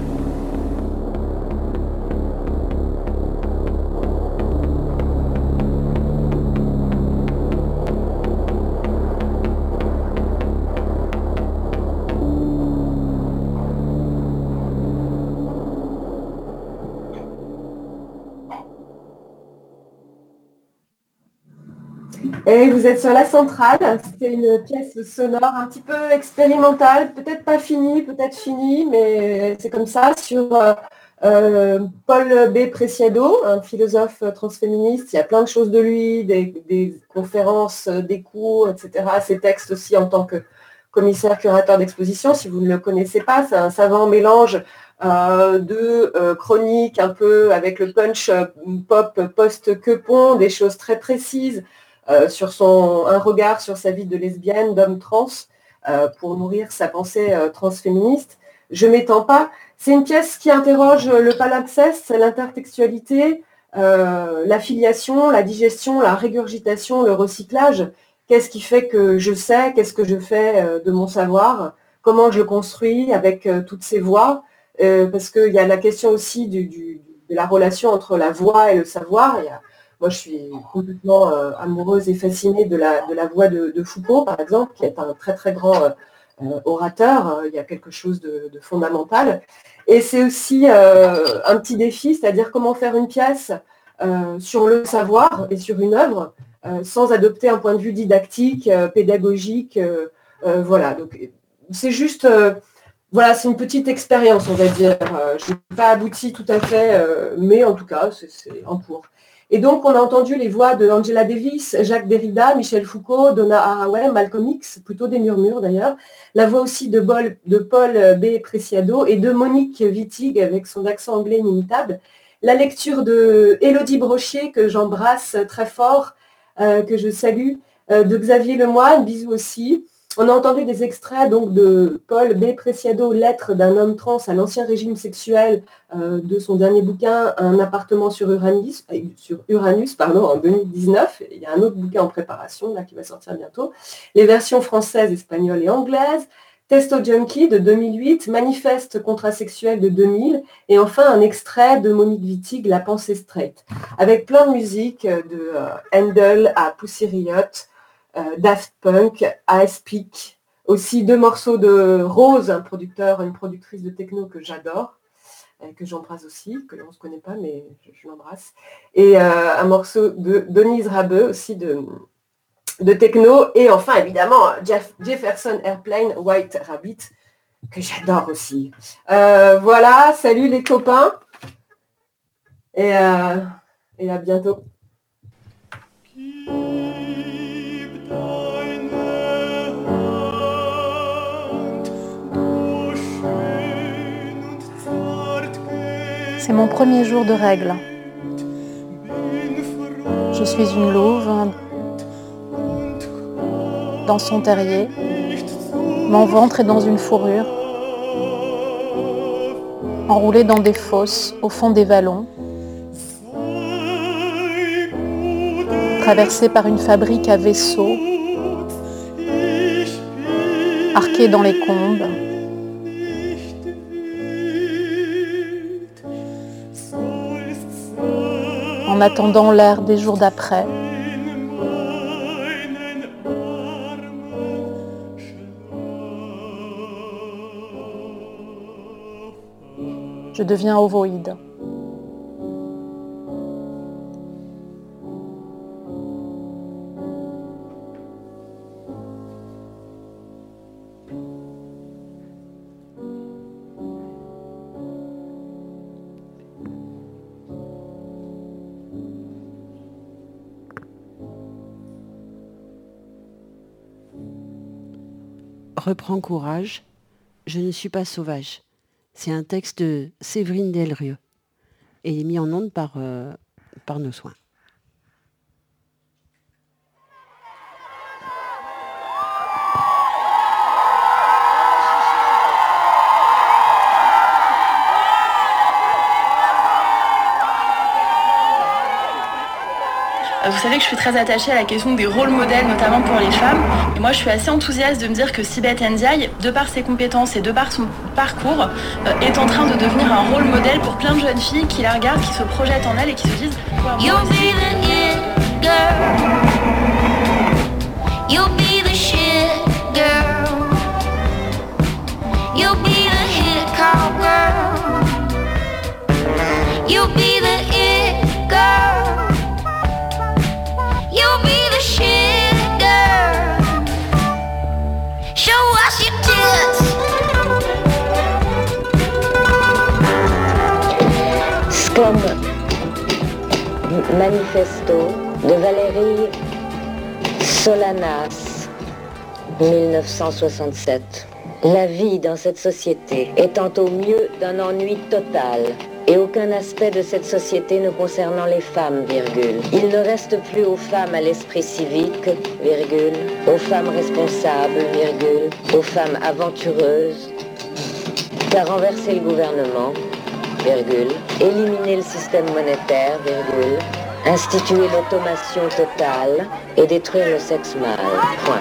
Et vous êtes sur la centrale, c'était une pièce sonore un petit peu expérimentale, peut-être pas finie, peut-être finie, mais c'est comme ça, sur euh, euh, Paul B. Preciado, un philosophe transféministe. Il y a plein de choses de lui, des, des conférences, des cours, et cetera. Ses textes aussi en tant que commissaire curateur d'exposition, si vous ne le connaissez pas, c'est un savant mélange euh, de euh, chroniques un peu avec le punch euh, pop post-quepon, des choses très précises, Euh, sur son, un regard sur sa vie de lesbienne, d'homme trans, euh, pour nourrir sa pensée euh, transféministe. Je m'étends pas. C'est une pièce qui interroge le palimpseste, l'intertextualité, euh, la filiation, la digestion, la régurgitation, le recyclage. Qu'est-ce qui fait que je sais, qu'est-ce que je fais euh, de mon savoir, comment je le construis avec euh, toutes ces voix, euh, parce qu'il y a la question aussi du, du, de la relation entre la voix et le savoir. Il y a, Moi, je suis complètement euh, amoureuse et fascinée de la, de la voix de, de Foucault, par exemple, qui est un très, très grand euh, orateur. Il y a quelque chose de, de fondamental. Et c'est aussi euh, un petit défi, c'est-à-dire comment faire une pièce euh, sur le savoir et sur une œuvre euh, sans adopter un point de vue didactique, euh, pédagogique. Euh, euh, voilà, donc c'est juste... Euh, Voilà, c'est une petite expérience, on va dire. Euh, je n'ai pas abouti tout à fait, euh, mais en tout cas, c'est, c'est en cours. Et donc, on a entendu les voix de Angela Davis, Jacques Derrida, Michel Foucault, Donna Haraway, Malcolm X, plutôt des murmures d'ailleurs. La voix aussi de, Bol, de Paul B. Preciado et de Monique Wittig avec son accent anglais inimitable. La lecture de Élodie Brochier, que j'embrasse très fort, euh, que je salue, euh, de Xavier Lemoine, bisous aussi. On a entendu des extraits donc de Paul B. Preciado, Lettres d'un homme trans à l'ancien régime sexuel, euh, de son dernier bouquin, Un appartement sur Uranus, euh, sur Uranus pardon, en deux mille dix-neuf. Il y a un autre bouquin en préparation là, qui va sortir bientôt. Les versions françaises, espagnoles et anglaises. Testo Junkie de deux mille huit, Manifeste contrasexuel de deux mille, et enfin un extrait de Monique Wittig, La pensée straight, avec plein de musique de euh, Handel à Pussy Riot, Euh, Daft Punk, Ice Peak, aussi deux morceaux de Rose, un producteur, une productrice de techno que j'adore, euh, que j'embrasse aussi, que on ne se connaît pas, mais je, je l'embrasse, et euh, un morceau de Denise Rabeux, aussi de, de techno, et enfin évidemment Jeff, Jefferson Airplane, White Rabbit, que j'adore aussi. Euh, voilà, salut les copains, et, euh, et à bientôt. C'est mon premier jour de règles. Je suis une louve dans son terrier. Mon ventre est dans une fourrure, enroulée dans des fosses au fond des vallons, traversée par une fabrique à vaisseaux, arquée dans les combes, attendant l'ère des jours d'après. Je deviens ovoïde. Reprends courage, je ne suis pas sauvage. C'est un texte de Séverine Delrieux et il est mis en onde par, euh, par Nos Soins. Vous savez que je suis très attachée à la question des rôles modèles, notamment pour les femmes. Et moi, je suis assez enthousiaste de me dire que Sibeth Ndiaye, de par ses compétences et de par son parcours, euh, est en train de devenir un rôle modèle pour plein de jeunes filles qui la regardent, qui se projettent en elle et qui se disent wow, You'll be the it girl. You'll be the shit girl. You'll be the hit call girl. You'll be the it girl. You'll be the shit girl. Show us your tits. Scum Manifesto de Valérie Solanas, dix-neuf cent soixante-sept. La vie dans cette société étant au mieux d'un ennui total, et aucun aspect de cette société ne concernant les femmes, virgule. Il ne reste plus aux femmes à l'esprit civique, virgule, aux femmes responsables, virgule, aux femmes aventureuses, qu'à renverser le gouvernement, virgule, éliminer le système monétaire, virgule, instituer l'automation totale et détruire le sexe mâle, point.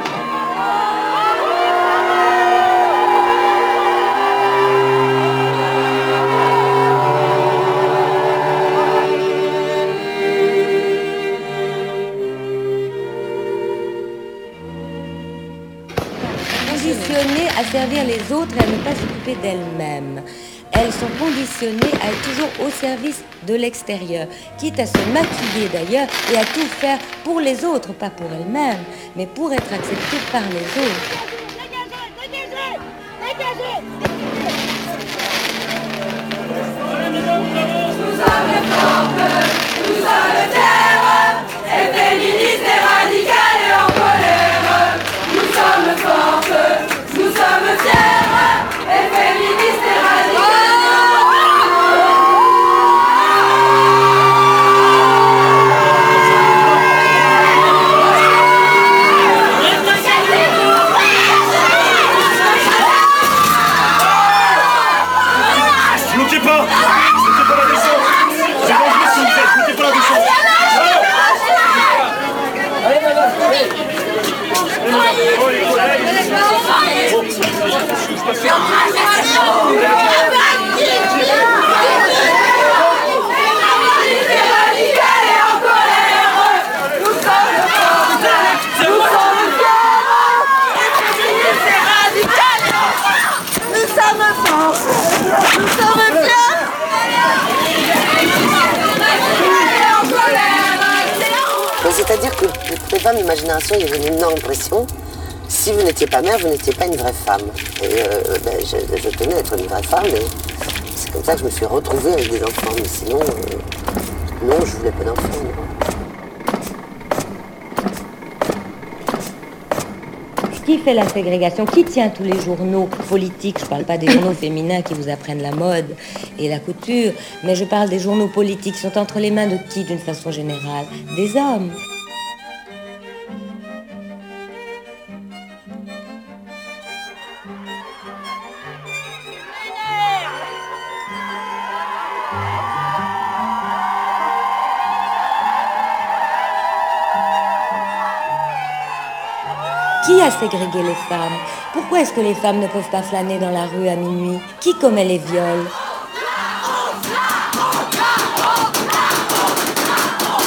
À servir les autres et à ne pas s'occuper d'elles-mêmes. Elles sont conditionnées à être toujours au service de l'extérieur, quitte à se maquiller d'ailleurs et à tout faire pour les autres, pas pour elles-mêmes, mais pour être acceptées par les autres. Nous sommes fortes, nous sommes terre, et féministes et radicales et en colère. Nous sommes fortes. Nous sommes fiers et féministes et radicales. Bloquez pas! Bloquez pas la descente! C'est dangereux si vous faites! Bloquez pas la descente! Allez, allez, C'est-à-dire que pour les femmes, l'imagination, il y avait une énorme pression. Si vous n'étiez pas mère, vous n'étiez pas une vraie femme. Et euh, ben, je, je tenais à être une vraie femme, et c'est comme ça que je me suis retrouvée avec des enfants. Mais sinon, euh, non, je voulais pas d'enfants. Qui fait la ségrégation? Qui tient tous les journaux politiques? Je ne parle pas des journaux féminins qui vous apprennent la mode et la couture, mais je parle des journaux politiques qui sont entre les mains de qui, d'une façon générale? Des hommes. Qui a ségrégué les femmes? Pourquoi est-ce que les femmes ne peuvent pas flâner dans la rue à minuit? Qui commet les viols?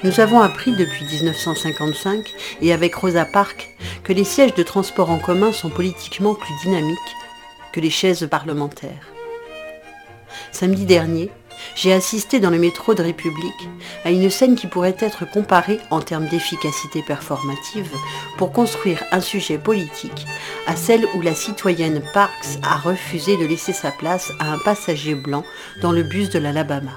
Nous avons appris depuis dix-neuf cent cinquante-cinq, et avec Rosa Parks, que les sièges de transport en commun sont politiquement plus dynamiques que les chaises parlementaires. Samedi dernier, j'ai assisté dans le métro de République à une scène qui pourrait être comparée en termes d'efficacité performative pour construire un sujet politique à celle où la citoyenne Parks a refusé de laisser sa place à un passager blanc dans le bus de l'Alabama.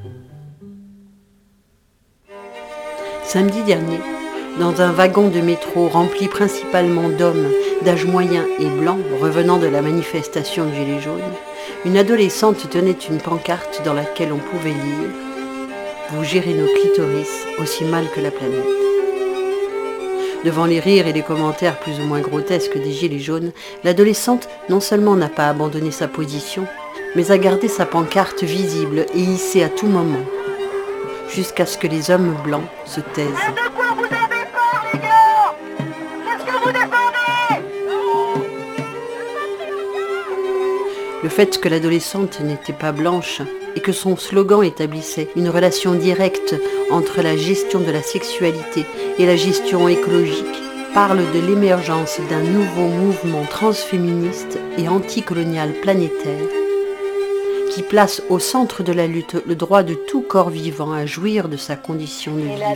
Samedi dernier, dans un wagon de métro rempli principalement d'hommes d'âge moyen et blanc revenant de la manifestation de Gilets jaunes, une adolescente tenait une pancarte dans laquelle on pouvait lire « Vous gérez nos clitoris aussi mal que la planète ». Devant les rires et les commentaires plus ou moins grotesques des Gilets jaunes, l'adolescente non seulement n'a pas abandonné sa position, mais a gardé sa pancarte visible et hissée à tout moment, jusqu'à ce que les hommes blancs se taisent. Le fait que l'adolescente n'était pas blanche et que son slogan établissait une relation directe entre la gestion de la sexualité et la gestion écologique parle de l'émergence d'un nouveau mouvement transféministe et anticolonial planétaire qui place au centre de la lutte le droit de tout corps vivant à jouir de sa condition de vivant.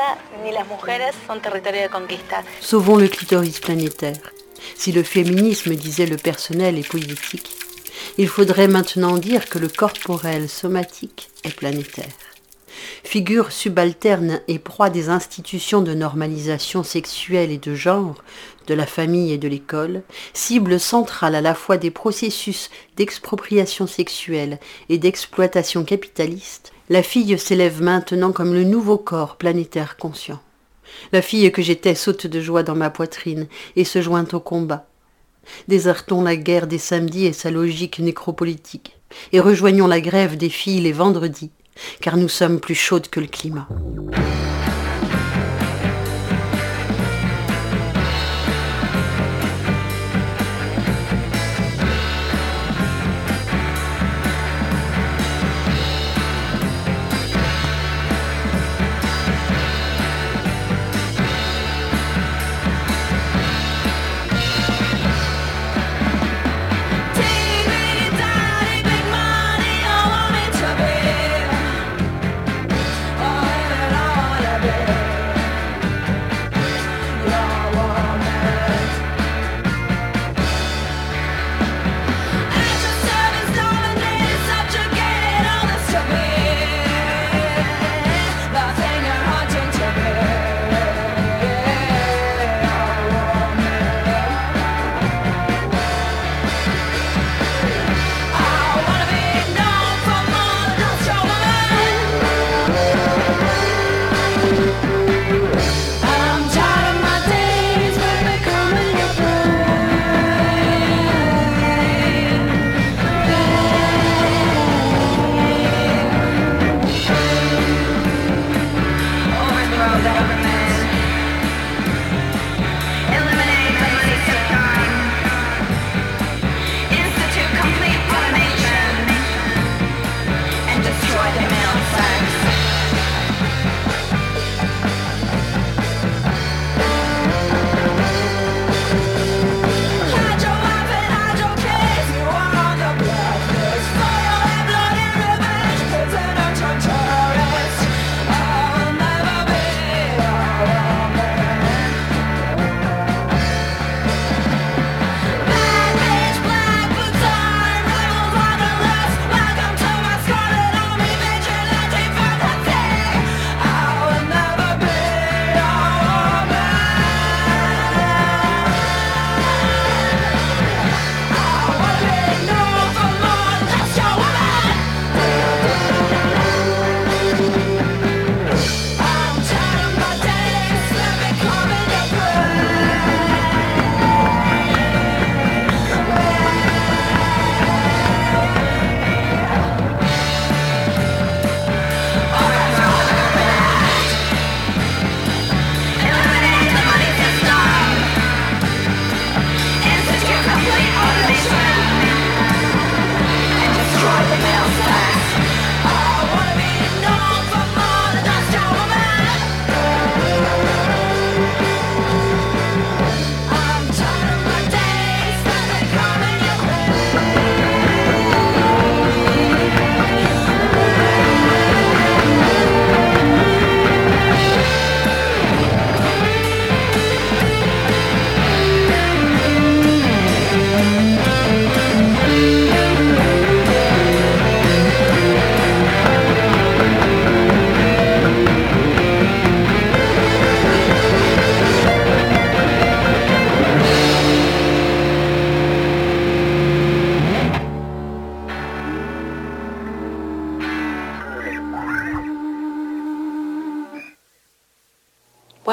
Sauvons le clitoris planétaire. Si le féminisme disait le personnel est politique, il faudrait maintenant dire que le corporel somatique est planétaire. Figure subalterne et proie des institutions de normalisation sexuelle et de genre, de la famille et de l'école, cible centrale à la fois des processus d'expropriation sexuelle et d'exploitation capitaliste, la fille s'élève maintenant comme le nouveau corps planétaire conscient. La fille que j'étais saute de joie dans ma poitrine et se joint au combat. Désertons la guerre des samedis et sa logique nécropolitique, et rejoignons la grève des filles les vendredis, car nous sommes plus chaudes que le climat.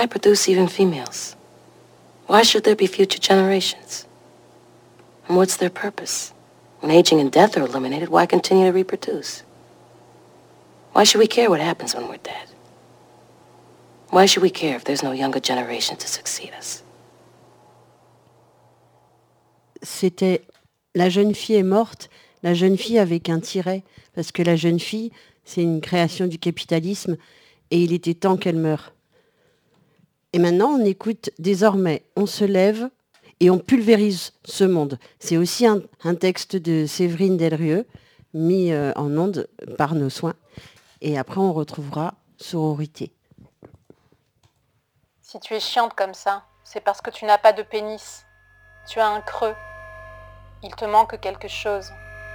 Why produce even females? Why should there be future generations? And what's their purpose? When aging and death are eliminated, why continue to reproduce? Why should we care what happens when we're dead? Why should we care if there's no younger generation to succeed us? C'était la jeune fille est morte, la jeune fille avec un tiret, parce que la jeune fille, c'est une création du capitalisme et il était temps qu'elle meure. Et maintenant, on écoute désormais, on se lève et on pulvérise ce monde. C'est aussi un, un texte de Séverine Delrieux, mis euh, en onde par nos soins. Et après, on retrouvera Sororité. Si tu es chiante comme ça, c'est parce que tu n'as pas de pénis. Tu as un creux. Il te manque quelque chose.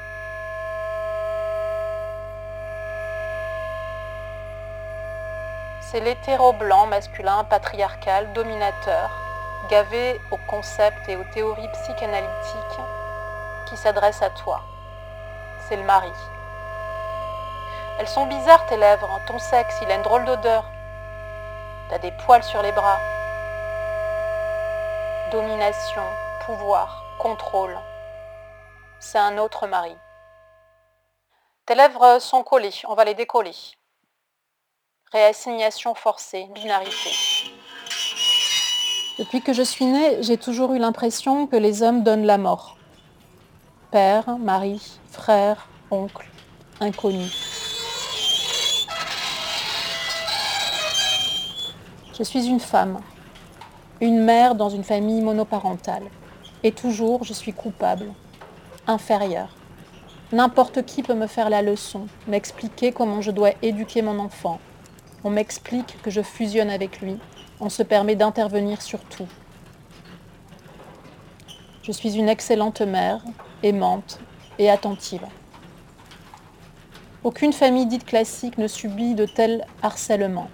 C'est l'hétéro-blanc masculin patriarcal, dominateur, gavé aux concepts et aux théories psychanalytiques qui s'adresse à toi. C'est le mari. Elles sont bizarres tes lèvres, ton sexe, il a une drôle d'odeur. T'as des poils sur les bras. Domination, pouvoir, contrôle. C'est un autre mari. Tes lèvres sont collées, on va les décoller. Réassignation forcée, binarité. Depuis que je suis née, j'ai toujours eu l'impression que les hommes donnent la mort. Père, mari, frère, oncle, inconnu. Je suis une femme, une mère dans une famille monoparentale. Et toujours, je suis coupable, inférieure. N'importe qui peut me faire la leçon, m'expliquer comment je dois éduquer mon enfant. On m'explique que je fusionne avec lui. On se permet d'intervenir sur tout. Je suis une excellente mère, aimante et attentive. Aucune famille dite classique ne subit de tels harcèlements.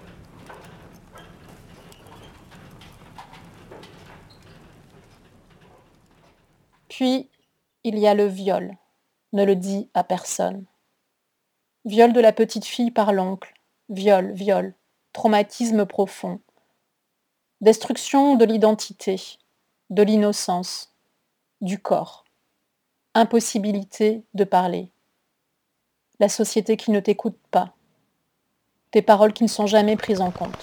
Puis, il y a le viol. Ne le dis à personne. Viol de la petite fille par l'oncle. Viol, viol. Traumatisme profond. Destruction de l'identité, de l'innocence, du corps. Impossibilité de parler. La société qui ne t'écoute pas. Tes paroles qui ne sont jamais prises en compte.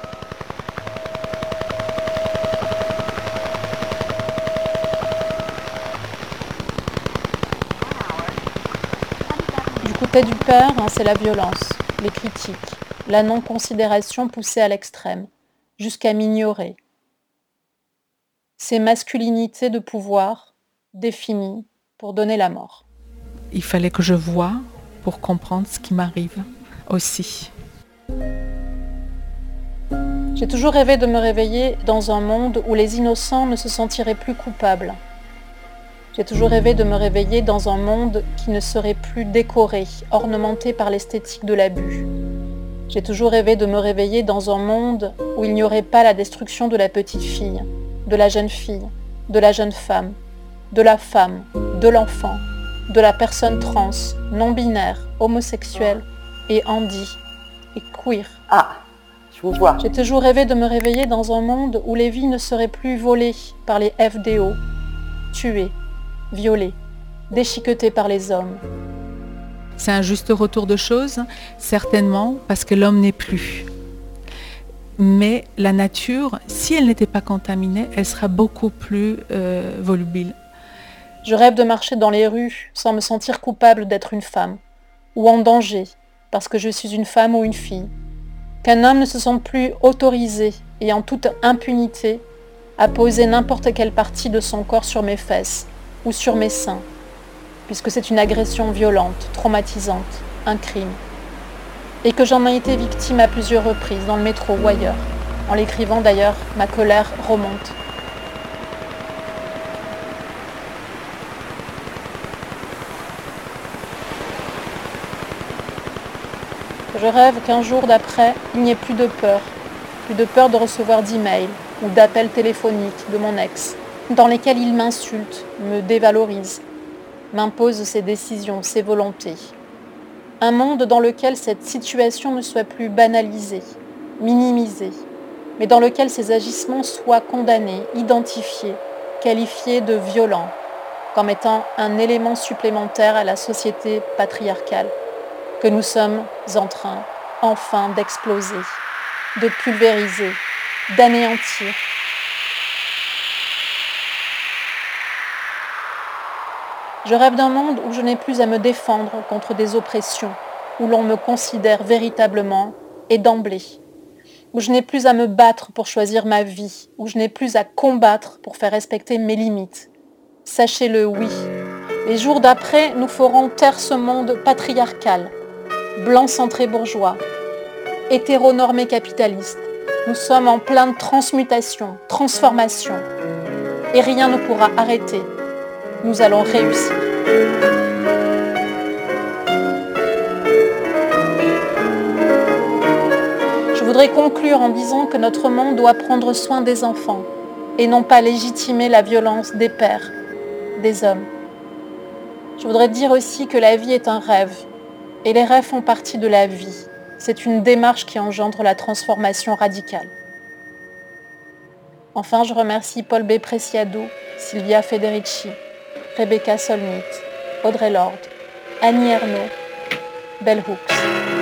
Du côté du père, hein, c'est la violence, les critiques, la non-considération poussée à l'extrême, jusqu'à m'ignorer. Ces masculinités de pouvoir définies pour donner la mort. Il fallait que je voie pour comprendre ce qui m'arrive aussi. J'ai toujours rêvé de me réveiller dans un monde où les innocents ne se sentiraient plus coupables. J'ai toujours rêvé de me réveiller dans un monde qui ne serait plus décoré, ornementé par l'esthétique de l'abus. J'ai toujours rêvé de me réveiller dans un monde où il n'y aurait pas la destruction de la petite fille, de la jeune fille, de la jeune femme, de la femme, de l'enfant, de la personne trans, non-binaire, homosexuelle et handi et queer. Ah, je vous vois. J'ai toujours rêvé de me réveiller dans un monde où les vies ne seraient plus volées par les F D O, tuées, violées, déchiquetées par les hommes. C'est un juste retour de choses, certainement, parce que l'homme n'est plus. Mais la nature, si elle n'était pas contaminée, elle sera beaucoup plus euh, volubile. Je rêve de marcher dans les rues sans me sentir coupable d'être une femme, ou en danger, parce que je suis une femme ou une fille. Qu'un homme ne se sente plus autorisé et en toute impunité à poser n'importe quelle partie de son corps sur mes fesses ou sur mes seins, puisque c'est une agression violente, traumatisante, un crime. Et que j'en ai été victime à plusieurs reprises, dans le métro ou ailleurs. En l'écrivant d'ailleurs, ma colère remonte. Je rêve qu'un jour d'après, il n'y ait plus de peur, plus de peur de recevoir d'emails ou d'appels téléphoniques de mon ex, dans lesquels il m'insulte, me dévalorise, m'impose ses décisions, ses volontés. Un monde dans lequel cette situation ne soit plus banalisée, minimisée, mais dans lequel ces agissements soient condamnés, identifiés, qualifiés de violents, comme étant un élément supplémentaire à la société patriarcale que nous sommes en train, enfin, d'exploser, de pulvériser, d'anéantir. Je rêve d'un monde où je n'ai plus à me défendre contre des oppressions, où l'on me considère véritablement et d'emblée, où je n'ai plus à me battre pour choisir ma vie, où je n'ai plus à combattre pour faire respecter mes limites. Sachez-le, oui. Les jours d'après, nous ferons taire ce monde patriarcal, blanc-centré bourgeois, hétéronormé capitaliste. Nous sommes en pleine transmutation, transformation, et rien ne pourra arrêter. Nous allons réussir. Je voudrais conclure en disant que notre monde doit prendre soin des enfants et non pas légitimer la violence des pères, des hommes. Je voudrais dire aussi que la vie est un rêve et les rêves font partie de la vie. C'est une démarche qui engendre la transformation radicale. Enfin, je remercie Paul B. Preciado, Silvia Federici, Rebecca Solnit, Audrey Lorde, Annie Ernaux, Bell Hooks.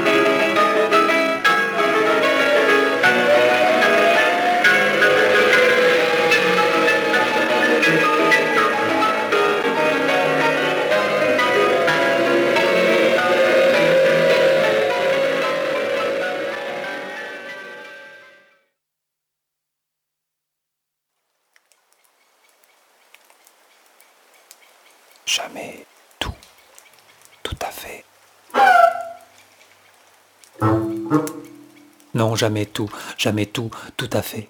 Jamais tout, tout à fait. Non, jamais tout, jamais tout, tout à fait.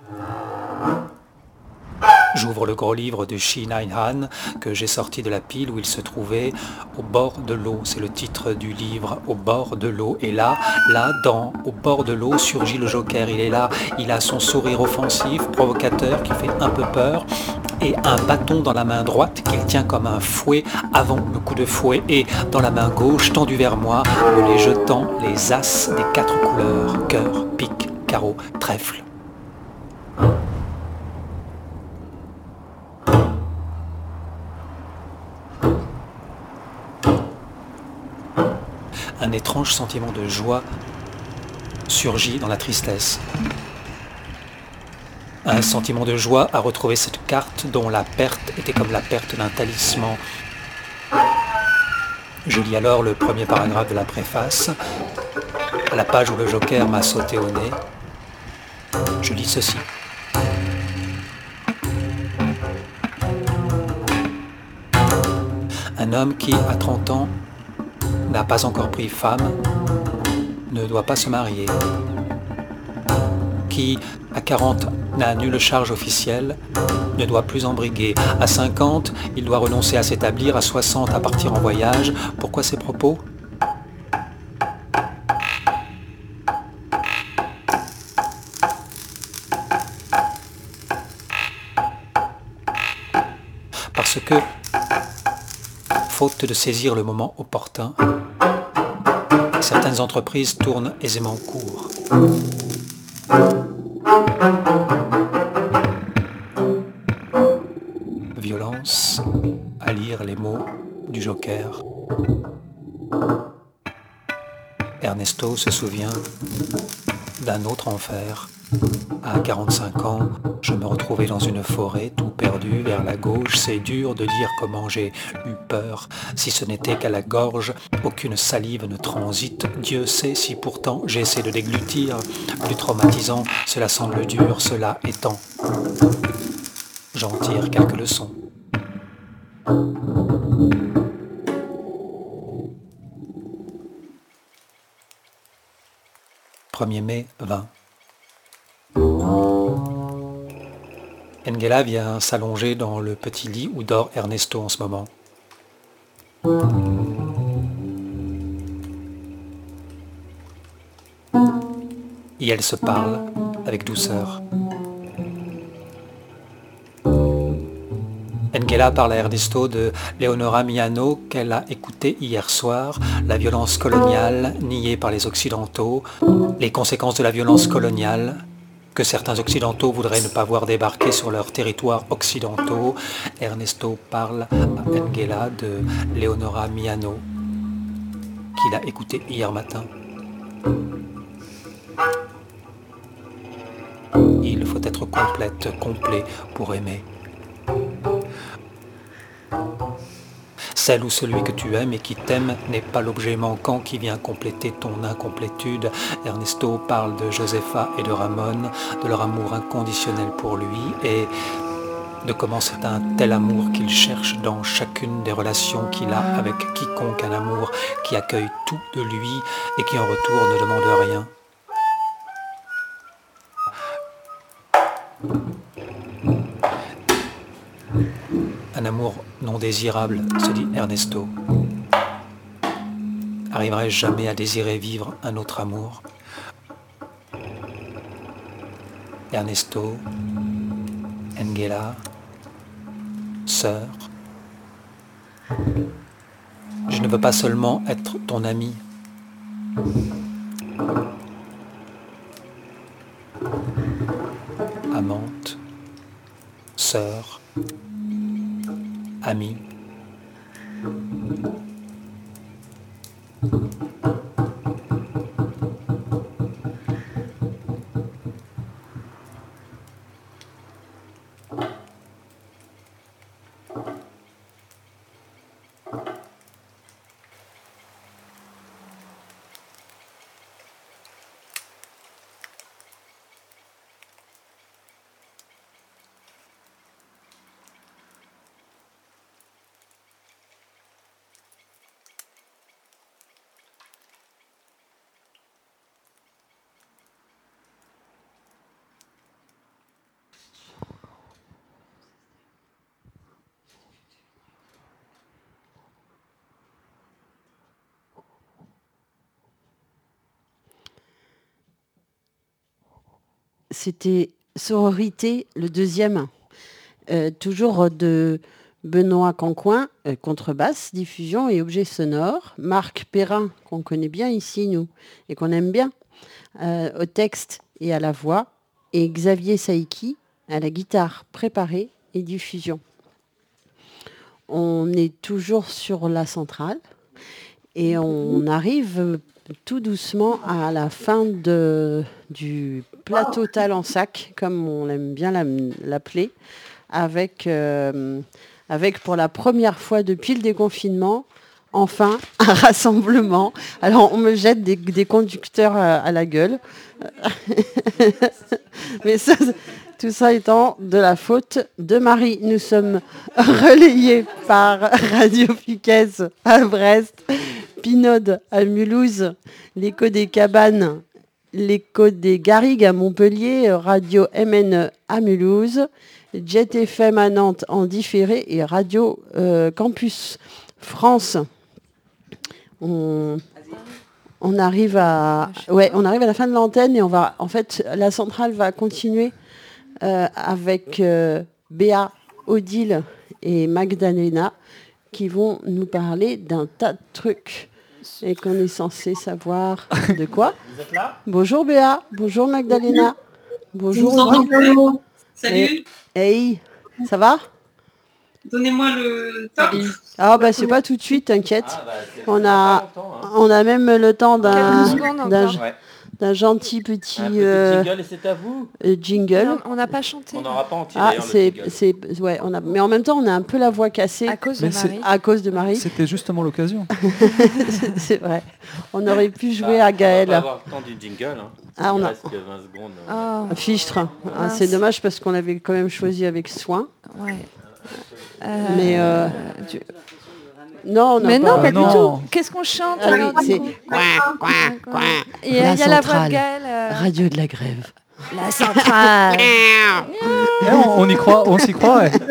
J'ouvre le gros livre de Shi Naihan que j'ai sorti de la pile où il se trouvait au bord de l'eau. C'est le titre du livre, au bord de l'eau. Et là, là, dans au bord de l'eau surgit le Joker. Il est là, il a son sourire offensif, provocateur, qui fait un peu peur, et un bâton dans la main droite qu'il tient comme un fouet avant le coup de fouet, et dans la main gauche, tendu vers moi, me les jetant les as des quatre couleurs, cœur, pique, carreau, trèfle. Un étrange sentiment de joie surgit dans la tristesse. Un sentiment de joie à retrouver cette carte dont la perte était comme la perte d'un talisman. Je lis alors le premier paragraphe de la préface, à la page où le Joker m'a sauté au nez. Je lis ceci. Un homme qui, à trente ans, n'a pas encore pris femme, ne doit pas se marier. Qui, à quarante, n'a nulle charge officielle, ne doit plus embriguer. À cinquante, il doit renoncer à s'établir. À soixante, à partir en voyage. Pourquoi ces propos ? Parce que, faute de saisir le moment opportun, certaines entreprises tournent aisément court. Violence, à lire les mots du Joker. Ernesto se souvient d'un autre enfer. À quarante-cinq ans, je me retrouvais dans une forêt, tout perdu vers la gauche. C'est dur de dire comment j'ai eu peur, si ce n'était qu'à la gorge, aucune salive ne transite. Dieu sait si pourtant j'essaie de déglutir. Plus traumatisant, cela semble dur, cela étant. J'en tire quelques leçons. premier mai vingt. Engela vient s'allonger dans le petit lit où dort Ernesto en ce moment. Et elle se parle avec douceur. Engela parle à Ernesto de Leonora Miano qu'elle a écouté hier soir, la violence coloniale niée par les Occidentaux, les conséquences de la violence coloniale, que certains occidentaux voudraient ne pas voir débarquer sur leurs territoires occidentaux. Ernesto parle à Angela de Leonora Miano, qu'il a écouté hier matin. Il faut être complète, complet pour aimer. Celle ou celui que tu aimes et qui t'aime n'est pas l'objet manquant qui vient compléter ton incomplétude. Ernesto parle de Josefa et de Ramon, de leur amour inconditionnel pour lui et de comment c'est un tel amour qu'il cherche dans chacune des relations qu'il a avec quiconque, un amour qui accueille tout de lui et qui en retour ne demande rien. Un amour non désirable, se dit Ernesto. Arriverai-je jamais à désirer vivre un autre amour? Ernesto, Angela, sœur. Je ne veux pas seulement être ton ami. Amante, sœur, amie. C'était Sororité, le deuxième, euh, toujours de Benoît Cancoin, euh, contrebasse, diffusion et objets sonores. Marc Perrin, qu'on connaît bien ici, nous, et qu'on aime bien, euh, au texte et à la voix. Et Xavier Saïki, à la guitare préparée et diffusion. On est toujours sur la centrale et on arrive tout doucement à la fin de, du plateau Talensac, comme on aime bien l'appeler, avec, euh, avec pour la première fois depuis le déconfinement, enfin, un rassemblement. Alors, on me jette des, des conducteurs à, à la gueule. Mais ça, tout ça étant de la faute de Marie. Nous sommes relayés par Radio Fuquès à Brest, Pinode à Mulhouse, l'écho des Cabanes, l'écho des Garrigues à Montpellier, Radio M N à Mulhouse, Jet F M à Nantes en différé et Radio euh, Campus France. On, on arrive à, ouais, on arrive à la fin de l'antenne et on va, en fait, la centrale va continuer euh, avec euh, Béa, Odile et Magdalena qui vont nous parler d'un tas de trucs et qu'on est censé savoir de quoi. Vous êtes là? Bonjour Béa, bonjour Magdalena, bonjour Odile. Salut. Hey, ça va? Donnez-moi le top. Ah bah c'est pas tout de suite, t'inquiète. Ah, bah, on a longtemps, hein. on a même le temps d'un Quelques secondes d'un encore. Ouais. d'un gentil petit, Un petit euh, jingle et c'est à vous. euh, jingle. Non, on n'a pas chanté. On n'aura pas entier Ah d'ailleurs le c'est jingle. c'est ouais on a mais en même temps on a un peu la voix cassée À cause de Mais c'est- Marie. à cause de Marie. C'était justement l'occasion. C'est- c'est vrai. On aurait pu jouer Ah, à On va Gaël. pas avoir le temps du jingle. Hein. Ah, on Il a- reste que vingt secondes. Oh, Un fichtre. Ah, mince. c'est dommage parce qu'on l'avait quand même choisi avec soin. ouais. Euh, Mais euh, tu- non, on n'a Mais non, pas- pas non. du tout. Qu'est-ce qu'on chante Ah oui, alors, du c'est coup coin, coin, coin. Il y a, il y a la voix de centrale. Gaël. euh, Radio de la grève. La centrale. Eh, on, on y croit, on s'y croit. ouais.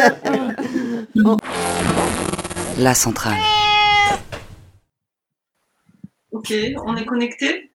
La centrale. Ok, on est connecté.